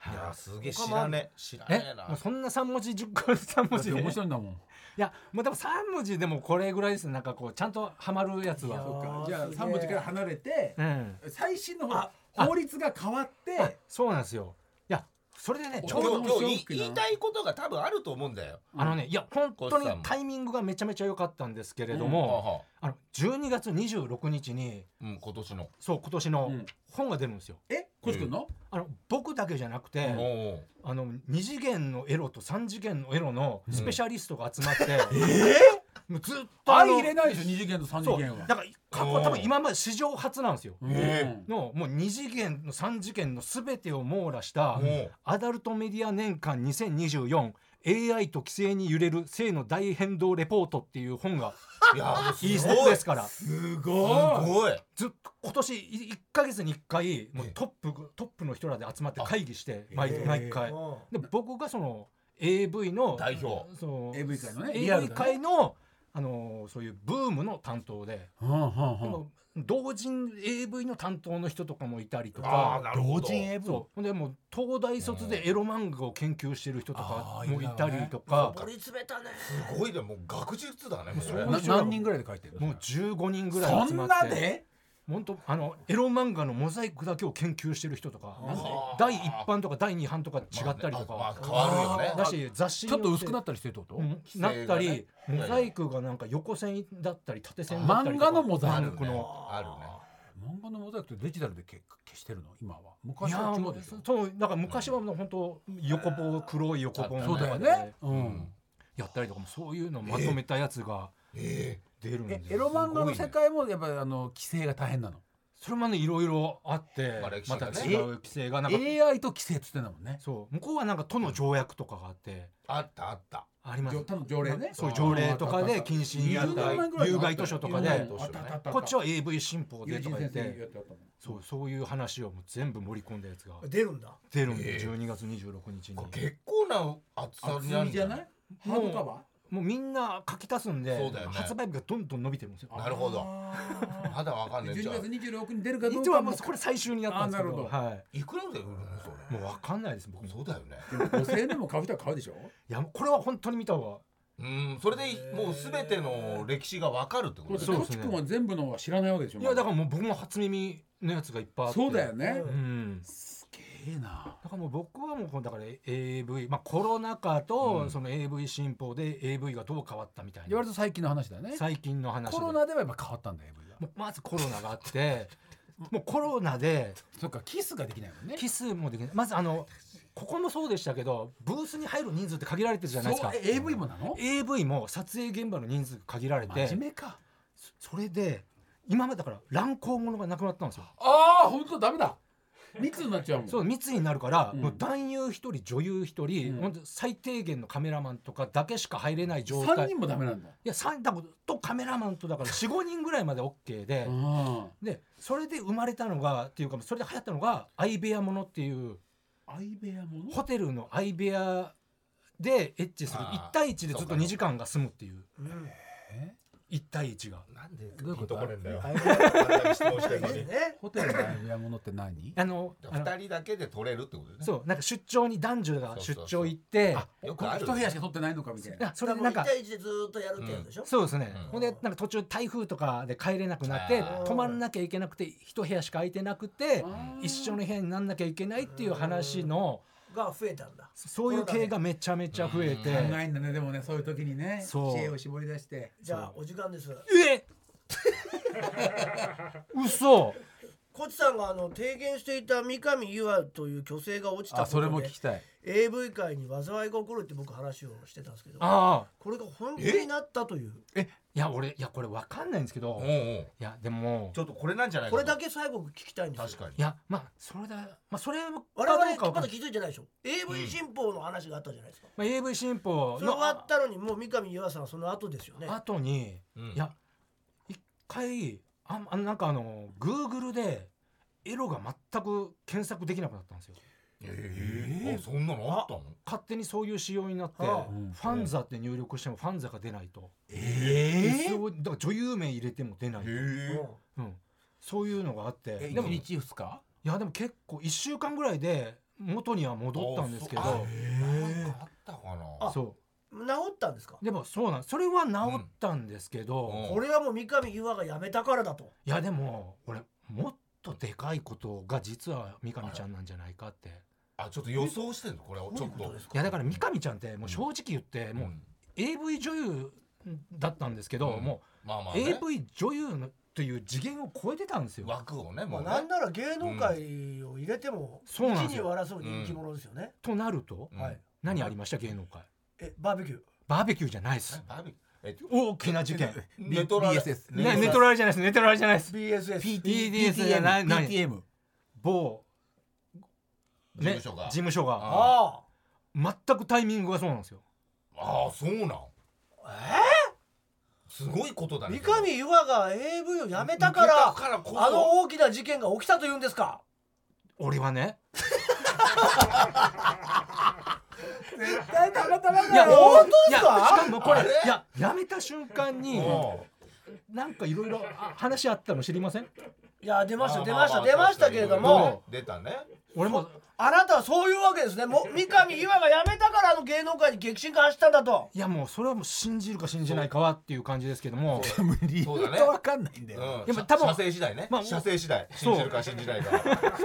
[SPEAKER 2] いやすげえ知らねえな。
[SPEAKER 4] もうそんな3文字10個3文字で
[SPEAKER 3] 面白いんだもん。
[SPEAKER 4] いやもうでも3文字でもこれぐらいですね。なんかこうちゃんとハマるやつは。
[SPEAKER 3] そうか。じゃあ3文字から離れて、最新の法律が変わって
[SPEAKER 4] そうなんですよ。いやそれでね
[SPEAKER 2] 今日言いたいことが多分あると思うんだよ。
[SPEAKER 4] いや本当にタイミングがめちゃめちゃ良かったんですけれども、12月26日に
[SPEAKER 2] 今年
[SPEAKER 4] の本が出るんですよ。
[SPEAKER 3] こいつくんの？
[SPEAKER 4] 僕だけじゃなくて、2次元のエロと3次元のエロのスペシャリストが集まって、もうずっと
[SPEAKER 3] 相入れないでしょ、2次元と3次元は。
[SPEAKER 4] だから過去多分今まで史上初なんですよ。のもう2次元の3次元の全てを網羅したアダルトメディア年間2024 AI と規制に揺れる性の大変動レポートっていう本がいいステップですから。
[SPEAKER 3] すごい。
[SPEAKER 4] ずっと今年1ヶ月に1回もうトップの人らで集まって会議して毎回で僕がその AV の
[SPEAKER 2] 代表、
[SPEAKER 3] AV 界のね、
[SPEAKER 4] AV 界のそういうブームの担当で、でも同人 AV の担当の人とかもいたりとか、
[SPEAKER 3] 同人 AV
[SPEAKER 4] そうでも東大卒でエロ漫画を研究してる人とかもいたりとか、
[SPEAKER 1] 掘り詰めたね。
[SPEAKER 2] すごいね、もう学術だね。
[SPEAKER 3] 何人ぐらいで書いてるの？
[SPEAKER 4] もう15人ぐらい集まって。
[SPEAKER 3] そんなで？
[SPEAKER 4] 本当エロ漫画のモザイクだけを研究してる人とか、第1版とか第2版とか違ったりとか、
[SPEAKER 2] 変わるよね。
[SPEAKER 4] だし雑誌
[SPEAKER 3] ちょっと薄くなったりしてるってこと？
[SPEAKER 4] なったり、モザイクがなんか横線だったり縦線だったりとか、
[SPEAKER 3] 漫画のモザイク
[SPEAKER 2] あるね。
[SPEAKER 3] 漫画のモザイクってデジタルで消してるの今は？昔は違うでしょ。
[SPEAKER 4] そうだから昔は本当横棒、黒い横棒
[SPEAKER 3] そうだよね。
[SPEAKER 4] やったりとかもそういうのをまとめたやつが出るんで。
[SPEAKER 3] エロ漫画の世界もやっぱり規制が大変なの？
[SPEAKER 4] それもねいろいろあってまた違う規制がなんか
[SPEAKER 3] AI と規制っつってんだもんね。
[SPEAKER 4] そう向こうはなんか都の条約とかがあって
[SPEAKER 2] あった
[SPEAKER 4] あります。
[SPEAKER 3] 条例ね。
[SPEAKER 4] そう条例とかで禁止にあった有害図書とかでこっちは AV 新法でとか言ってそういう話をもう全部盛り込んだやつが
[SPEAKER 1] 出るんで
[SPEAKER 4] 12月26日に。
[SPEAKER 2] 結構な厚さ
[SPEAKER 3] じゃない？ハードカバー？
[SPEAKER 4] もうみんな書き足すんで、発売日がどんどん伸びてるんですよ。
[SPEAKER 2] なるほど。まだわかんない。
[SPEAKER 3] 12月26日に出るかどうか。
[SPEAKER 4] 一応はもうこれ最終になったんですけど、
[SPEAKER 2] いくらで売るのそれ？
[SPEAKER 4] もうわかんないです僕。
[SPEAKER 2] そうだよね。
[SPEAKER 3] でも5000円でも買う人は買うでしょ？
[SPEAKER 4] いやこれは本当に見た方が。
[SPEAKER 2] それでもうすべての歴史がわかるってことですね。
[SPEAKER 3] コチ君は全部のは知らないわけでしょ？
[SPEAKER 4] いやだからもう僕も初耳のやつがいっぱいあって。
[SPEAKER 3] そうだよね。
[SPEAKER 4] すげえな。だからもう僕はもうだから AV コロナ禍とその AV 新法で AV がどう変わったみたいな。
[SPEAKER 3] 割と最近の話だね。
[SPEAKER 4] 最近の話。
[SPEAKER 3] コロナではやっぱ変わったんだ AV が。
[SPEAKER 4] まずコロナがあって。もうコロナで
[SPEAKER 3] そっかキスができないもんね。
[SPEAKER 4] キスもできない。まずここもそうでしたけどブースに入る人数って限られてるじゃないですか。
[SPEAKER 3] AV もなの？
[SPEAKER 4] AV も撮影現場の人数限られて
[SPEAKER 3] 真面目か。
[SPEAKER 4] それで今までだから乱行者がなくなったんですよ。
[SPEAKER 3] ああ本当ダメだ。密になっちゃうもん。
[SPEAKER 4] そう密になるから、もう男優一人女優一人、本当最低限のカメラマンとかだけしか入れない状態。
[SPEAKER 3] 3人もダメなんだ。
[SPEAKER 4] いや3だとカメラマンとだから 4,5 人ぐらいまで OK ででそれで生まれたのがっていうかそれで流行ったのが相部屋ものっていうホテルの相部屋でエッチする1対1でずっと2時間が済むっていう。1対1が
[SPEAKER 2] なんでどういうことこれんだよ。
[SPEAKER 3] ホテルの相部屋ものって何
[SPEAKER 2] ？2人だけで撮れるってことですね。
[SPEAKER 4] そうなんか出張に男女が出張行って
[SPEAKER 2] よくある
[SPEAKER 3] 1部屋しか撮ってないのかみたいな。
[SPEAKER 1] それでなんか1対1でずっとやるってやつでしょ。
[SPEAKER 4] そうですね。ほんでなんか途中台風とかで帰れなくなって泊まんなきゃいけなくて1部屋しか空いてなくて一緒の部屋になんなきゃいけないっていう話の
[SPEAKER 1] が増えたんだ。
[SPEAKER 4] そういう系がめちゃめちゃ増えて。
[SPEAKER 3] 考えんだねでもねそういう時にね知恵を絞り出して。
[SPEAKER 1] じゃあお時間です。
[SPEAKER 4] 嘘。
[SPEAKER 1] コチさんが提言していた三上優愛という巨星が落ちたことで
[SPEAKER 3] それも聞きたい。
[SPEAKER 1] AV 界に災いが起こるって僕話をしてたんですけど、これが本当になったという。
[SPEAKER 4] いやこれ分かんないんですけど、いやでも
[SPEAKER 2] ちょっとこれなんじゃないか。
[SPEAKER 1] これだけ最後聞きたいんですよ。
[SPEAKER 2] 確かに。
[SPEAKER 4] いやそれだそれも
[SPEAKER 1] 我々まだ気づいてないでしょ。 AV 新法の話があったじゃないですか。
[SPEAKER 4] AV 新法
[SPEAKER 1] それ終わったのにもう三上優愛さんはその後ですよね。
[SPEAKER 4] 後にいや一回なんかGoogle でエロが全く検索できなくなったんですよ。
[SPEAKER 2] そんなのあったの？
[SPEAKER 4] 勝手にそういう仕様になってファンザって入力してもファンザが出ないと。だから女優名入れても出ないと。そういうのがあって。
[SPEAKER 3] 1日2日？
[SPEAKER 4] いやでも結構1週間ぐらいで元には戻ったんですけど、
[SPEAKER 2] なんかあったかな。
[SPEAKER 4] そう
[SPEAKER 1] 治ったんですか。
[SPEAKER 4] でもそうなん、それは治ったんですけど、
[SPEAKER 1] これはもう三上優愛がやめたからだと。
[SPEAKER 4] いやでも俺もっとでかいことが実は三上ちゃんなんじゃないかって。
[SPEAKER 2] ちょっと予想してんのこれをちょっと。
[SPEAKER 4] いやだから三上ちゃんってもう正直言ってもう AV 女優だったんですけど、もう AV 女優のという次元を超えてたんですよ。
[SPEAKER 2] 枠をね、もうね。
[SPEAKER 1] なんなら芸能界を入れても一に争う人気者ですよね。
[SPEAKER 4] となると何ありました芸能界。
[SPEAKER 1] バーベキュー。
[SPEAKER 4] バーベキューじゃないです。大きな事件。
[SPEAKER 2] ネトラレ。
[SPEAKER 4] ネトラレじゃないです。ネトラレじゃないです。
[SPEAKER 1] BSS。
[SPEAKER 4] PTS じゃない。
[SPEAKER 3] PTM。
[SPEAKER 4] 某
[SPEAKER 2] 事
[SPEAKER 4] 務所が全くタイミングがそうなんですよ。
[SPEAKER 2] そうなん。すごいことだね。
[SPEAKER 1] 三上優愛が AV をやめたからあの大きな事件が起きたというんですか。
[SPEAKER 4] 俺はね。
[SPEAKER 3] 絶対たまたまだよ。
[SPEAKER 1] いや本当ですか。
[SPEAKER 4] しかもこれやめた瞬間になんかいろいろ話あったの知りません？
[SPEAKER 1] いや出ましたけれども。
[SPEAKER 2] 出たね。
[SPEAKER 4] 俺も
[SPEAKER 1] あなたはそういうわけですね。もう三上優愛が辞めたから芸能界に激震が走ったんだと。
[SPEAKER 4] いやもうそれはもう信じるか信じないかはっていう感じですけども、
[SPEAKER 3] 理由と分かんないんだよ。
[SPEAKER 4] 多分
[SPEAKER 2] 射精次第ね。射精次第。信じるか信じないか。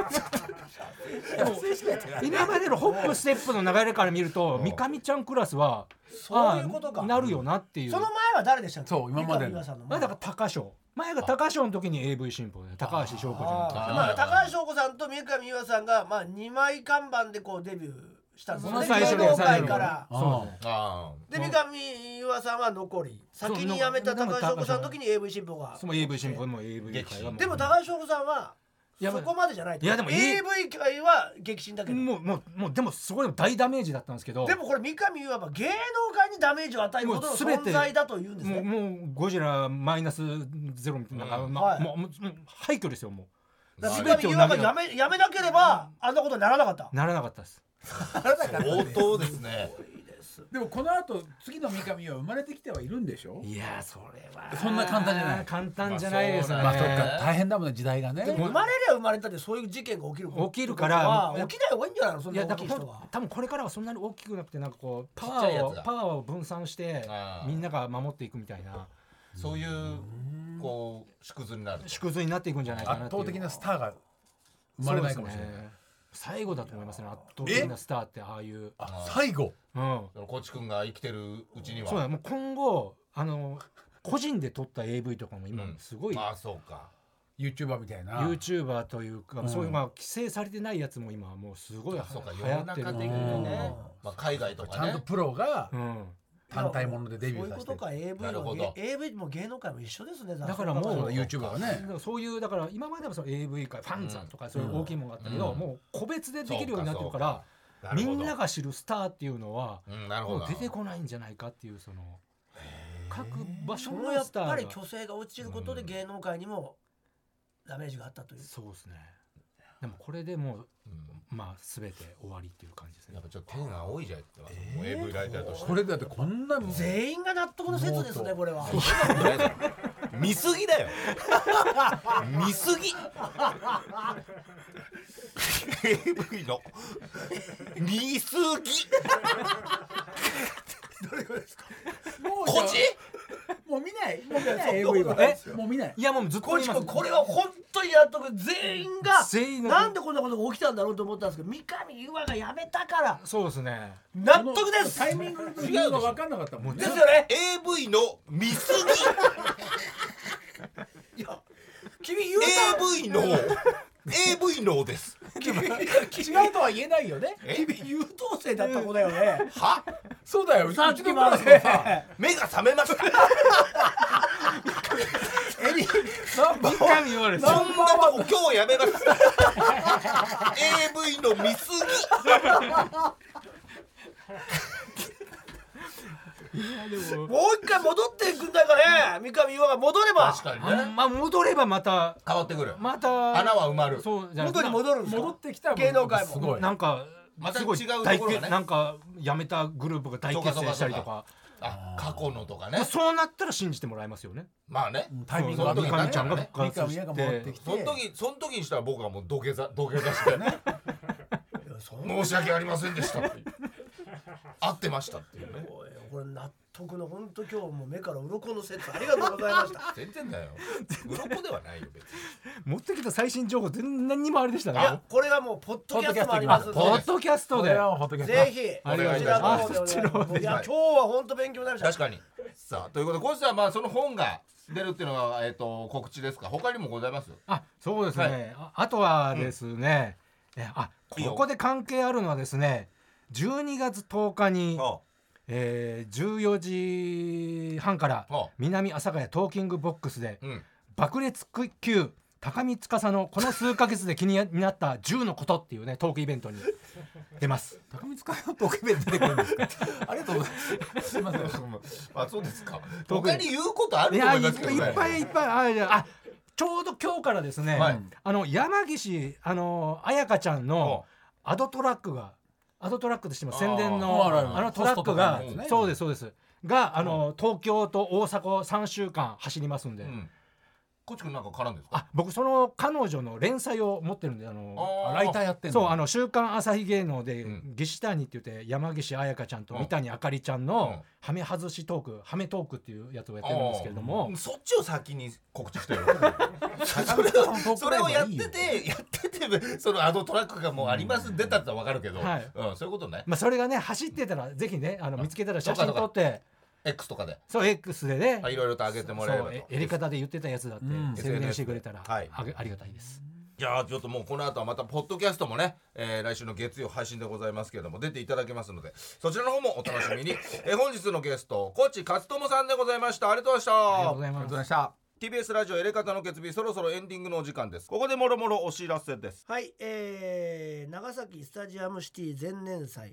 [SPEAKER 4] 今までのホップステップの流れから見ると三上ちゃんクラスは
[SPEAKER 1] そういうことか
[SPEAKER 4] なるよなっていう。
[SPEAKER 1] その前は誰でしたっけ。
[SPEAKER 3] そう今までの。
[SPEAKER 4] だから高賞。前が高賞の時に AV 新報で高橋翔子ちゃん。
[SPEAKER 1] 高橋翔子さんと三上優愛さんが2枚看板でこうデビューしたんですよね。
[SPEAKER 4] 最初
[SPEAKER 1] 芸能界から
[SPEAKER 4] そう
[SPEAKER 1] で三上優愛さんは残り先に辞めた高橋翔子さんの時に AV 新報が。
[SPEAKER 4] その AV 新報も AV 界が
[SPEAKER 1] でも高橋翔子さんはそこまでじゃない。いやでも AV 界は激震だけど
[SPEAKER 4] もうでもすごい大ダメージだったんですけど。
[SPEAKER 1] でもこれ三上優愛は芸能界にダメージを与えるほどの存在だというんですね。
[SPEAKER 4] もうゴジラマイナスゼロみたいなもう廃墟ですよ。もう
[SPEAKER 1] 三上優愛がやめなければあんなことにならなかった。
[SPEAKER 4] ならなかったです。
[SPEAKER 2] 相当ですね。
[SPEAKER 3] でもこの後次の三上優愛生まれてきてはいるんでしょ。
[SPEAKER 4] いやそれは
[SPEAKER 3] そんな簡単じゃない。
[SPEAKER 4] 簡単じゃないですね。
[SPEAKER 3] まあそっか大変だもんね時代がね。
[SPEAKER 1] 生まれりゃ生まれたでそういう事件が起きる
[SPEAKER 4] から
[SPEAKER 1] 起きない方がいいんじゃないの。そんな大きい人は
[SPEAKER 4] 多分これからはそんなに大きくなくてなんかこうパワーを分散してみんなが守っていくみたいな
[SPEAKER 2] そういうこう縮図にな
[SPEAKER 4] っていくんじゃないかな。
[SPEAKER 3] 圧倒的なスターが生まれないかもしれない。
[SPEAKER 4] 最後だと思いますね。圧倒的なスターってああいう
[SPEAKER 3] 最後。
[SPEAKER 2] コーチ君が生きてるうちには
[SPEAKER 4] そうだ。もう今後個人で撮った AV とかも今すごい。
[SPEAKER 2] そうか。
[SPEAKER 3] YouTuber みたいな。
[SPEAKER 4] YouTuber というかそういう規制されてないやつも今もうすごい流行ってる
[SPEAKER 2] ね。海外とかね。
[SPEAKER 3] ちゃんとプロが単体ものでデビューさせて。
[SPEAKER 1] そういうことか。AV も芸能界も一緒ですね。
[SPEAKER 4] だからもう
[SPEAKER 3] YouTuber がね。
[SPEAKER 4] そういうだから今まではその AV 界ファンザとかそういう大きいものがあったけどもう個別でできるようになってるからみんなが知るスターっていうのはもう出てこないんじゃないかっていうその各場所のスターが
[SPEAKER 1] やっぱり虚勢が落ちることで芸能界にもダメージがあったという。
[SPEAKER 4] そうですね。でもこれでもう全て終わりっていう感じですね。
[SPEAKER 2] やっぱちょっと手が多いじゃん。もう AV ライターとして
[SPEAKER 3] これだってこんな
[SPEAKER 1] 全員が納得の説ですねこれは。
[SPEAKER 2] 見すぎだよ。見すぎ。AV の見すぎ。
[SPEAKER 1] どれですか。
[SPEAKER 2] こっち
[SPEAKER 3] もう見ない AV はもう見ない。
[SPEAKER 4] いやもうずっと見ます。
[SPEAKER 1] これは本当に納得。全員がなんでこんなことが起きたんだろうと思ったんですけど三上優愛がやめたから。
[SPEAKER 4] そうですね。
[SPEAKER 1] 納得です。
[SPEAKER 3] タイミングの理由が分かんなかったもんね。
[SPEAKER 1] ですよね。
[SPEAKER 2] AV の見す
[SPEAKER 1] ぎ。いや君言うた
[SPEAKER 2] AV のです。
[SPEAKER 3] 違うとは言えないよね。
[SPEAKER 1] 君優等生だった子だよね。
[SPEAKER 2] は
[SPEAKER 3] そうだよ。
[SPEAKER 1] さっきまで
[SPEAKER 2] 目が覚めました。
[SPEAKER 4] 三上優愛
[SPEAKER 2] そんなとこ今日やめます。AV の見す
[SPEAKER 1] もう一回戻っていくんだからね。三上優愛が戻れば
[SPEAKER 2] 確かにね。
[SPEAKER 4] 戻ればまた
[SPEAKER 2] 変わってくる。
[SPEAKER 4] また
[SPEAKER 2] 穴は埋まる。
[SPEAKER 4] そう
[SPEAKER 1] 元に戻るんですか。
[SPEAKER 3] 戻ってきた
[SPEAKER 1] 芸能界も
[SPEAKER 3] すごい。
[SPEAKER 4] なんか
[SPEAKER 2] また違うところがね。
[SPEAKER 4] なんか辞めたグループが大結成したりとか。
[SPEAKER 2] 過去のとかね。
[SPEAKER 4] そうなったら信じてもらえますよね。
[SPEAKER 2] まあね。
[SPEAKER 3] タイミングが
[SPEAKER 2] 三上
[SPEAKER 4] ちゃんが
[SPEAKER 3] 三上が戻ってきて。
[SPEAKER 2] その時にしたら僕はもう土下座してね。 申し訳ありませんでしたって合ってましたっていうね。
[SPEAKER 1] これ納得の本当今日も目から鱗の説ありがとうございました
[SPEAKER 2] 全然だよ鱗ではないよ別に
[SPEAKER 4] 持ってきた最新情報全然にもあれでしたね。
[SPEAKER 1] いやこれはもうポッドキャストもありますので
[SPEAKER 4] ポッドキャストで
[SPEAKER 1] ぜひ
[SPEAKER 2] お願いいたします。
[SPEAKER 1] こちらの方でいや今日は本当勉強になりました。
[SPEAKER 2] 確かに。さあということで今週はまあその本が出るっていうのが告知ですか。他にもございます？
[SPEAKER 4] そうですね、あとはですね、ここで関係あるのはですね、12月10日に14時半から南阿佐ヶ谷トーキングボックスで、爆裂級高見司のこの数ヶ月で気になった10のことっていうねトークイベントに出ます。
[SPEAKER 3] 高見司のトークイベント出てくるんですかありがとうございます。すいません
[SPEAKER 2] そうですか。他に言うことあると思いますけどね。
[SPEAKER 4] いっぱいちょうど今日からですね、山岸彩香ちゃんのアドトラックとしても宣伝のトラックがそうですが東京と大阪3週間走りますんで、
[SPEAKER 2] こっちくんなんか絡んでるんですか？
[SPEAKER 4] 僕その彼女の連載を持ってるんで
[SPEAKER 3] ライターやってんの。
[SPEAKER 4] そう週刊朝日芸能で岸谷って言って山岸彩香ちゃんと三谷あかりちゃんのハメ外しトークハメトークっていうやつをやってるんですけれども、
[SPEAKER 2] そっちを先に告知してるそれをやっててそのアドトラックがもうあります出たって分かるけど、そういうことね。
[SPEAKER 4] それがね走ってたらぜひね見つけたら写真撮って
[SPEAKER 2] X とかで
[SPEAKER 4] そう X でね
[SPEAKER 2] いろいろと上げてもらえればと。
[SPEAKER 4] やり方で言ってたやつだって宣伝してくれたらありがたいです。
[SPEAKER 2] じゃあちょっともうこの後はまたポッドキャストもね、来週の月曜配信でございますけれども出ていただけますのでそちらの方もお楽しみに本日のゲスト高知勝友さんでございました。ありがとうございました。
[SPEAKER 4] ありがとうございました。
[SPEAKER 2] TBS ラジオエレカタの決日そろそろエンディングのお時間です。ここでもろもろお知らせです。
[SPEAKER 1] はい、長崎スタジアムシティ前年祭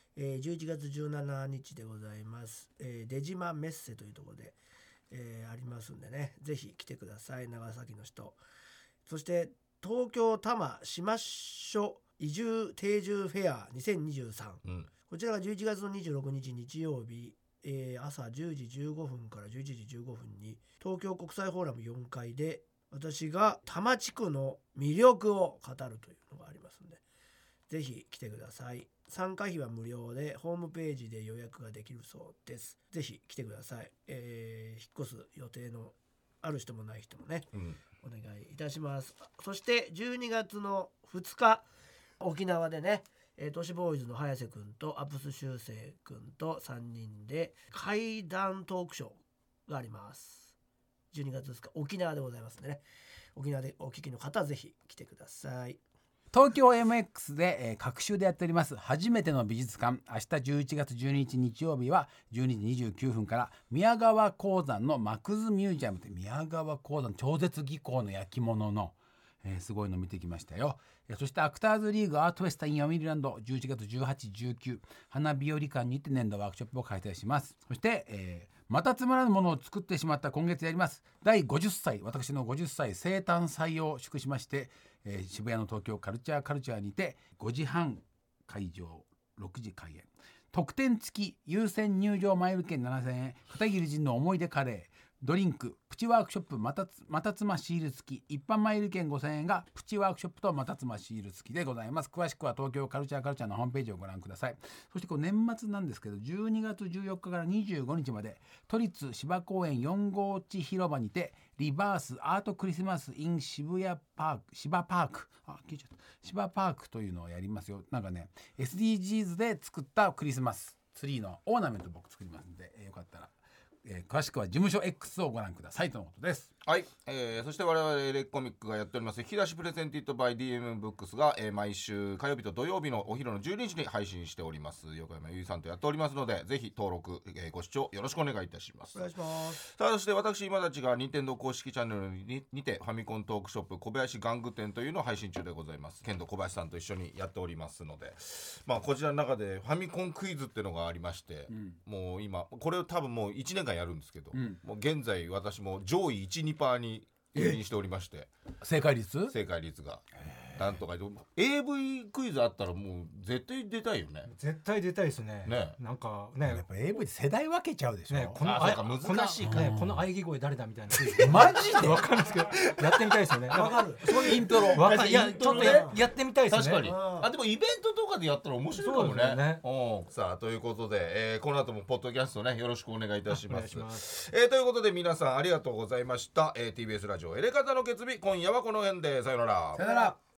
[SPEAKER 1] 11月17日でございます、出島メッセというところで、ありますんでねぜひ来てください長崎の人。そして東京多摩島所移住定住フェア2023、こちらが11月の26日日曜日、朝10時15分から11時15分に東京国際フォーラム4階で私が多摩地区の魅力を語るというのがありますのでぜひ来てください。参加費は無料でホームページで予約ができるそうです。ぜひ来てください。引っ越す予定のある人もない人もね、お願いいたします。そして12月の2日沖縄でね都市ボーイズの早瀬くんとアプス修正くんと3人で怪談トークショーがあります。12月2日沖縄でございますんでね沖縄でお聞きの方はぜひ来てください。
[SPEAKER 3] 東京 MX で、各週でやっております初めての美術館、明日11月12日日曜日は12時29分から宮川鉱山のマクズミュージアムで宮川鉱山超絶技巧の焼き物の、すごいの見てきましたよ。そしてアクターズリーグアートフェスタイン読売ランド11月18、19花日和館にて年度ワークショップを開催します。そして、またつまらぬものを作ってしまった今月やります第50歳私の50歳生誕祭を祝しまして、渋谷の東京カルチャーにて5時半会場6時開演特典付き優先入場マイル券7000円片桐仁の思い出カレードリンクプチワークショップまたつまシール付き一般マイル券5000円がプチワークショップとまたつまシール付きでございます。詳しくは東京カルチャーのホームページをご覧ください。そして年末なんですけど12月14日から25日まで都立芝公園4号地広場にてリバースアートクリスマス in 渋パークというのをやりますよ。なんかね SDGs で作ったクリスマスツリーのオーナメント僕作りますので、よかったら詳しくは事務所 X をご覧くださいとのことです。
[SPEAKER 2] はい、そして我々エレコミックがやっております引き出しプレゼンティッドバイ DM ブックスが、毎週火曜日と土曜日のお昼の12時に配信しております。横山由依さんとやっておりますのでぜひ登録、ご視聴よろしくお願いいたします。
[SPEAKER 1] お願いします。
[SPEAKER 2] さあそして私今たちが任天堂公式チャンネルにてファミコントークショップ小林玩具店というのを配信中でございます。剣道小林さんと一緒にやっておりますので、こちらの中でファミコンクイズっていうのがありまして、もう今これを多分もう1年間やるんですけど、もう現在私も上位 1,2% に君臨しておりまして
[SPEAKER 3] 正解率
[SPEAKER 2] がなんとか AV クイズあったらもう絶対出たいよね。
[SPEAKER 4] 絶対出たいですね。
[SPEAKER 2] ね、
[SPEAKER 4] なんかね、
[SPEAKER 3] やっぱ AV で世代分けちゃうでしょ。
[SPEAKER 4] ね、この
[SPEAKER 2] 難しいか
[SPEAKER 4] ね、この喘ぎ声誰だみたいな。
[SPEAKER 3] マジで
[SPEAKER 4] わかんないですけど、やってみたいですよね。
[SPEAKER 1] わかる。
[SPEAKER 3] そういうイントロ。
[SPEAKER 4] いや、ちょっとやってみたいですね。
[SPEAKER 2] 確かに。あ、でもイベントとかでやったら面白いかもね。さあということで、この後もポッドキャストねよろしくお願いいたします。ということで皆さんありがとうございました。TBS ラジオエレカタの決日、今夜はこの辺でさよなら。
[SPEAKER 3] さよなら。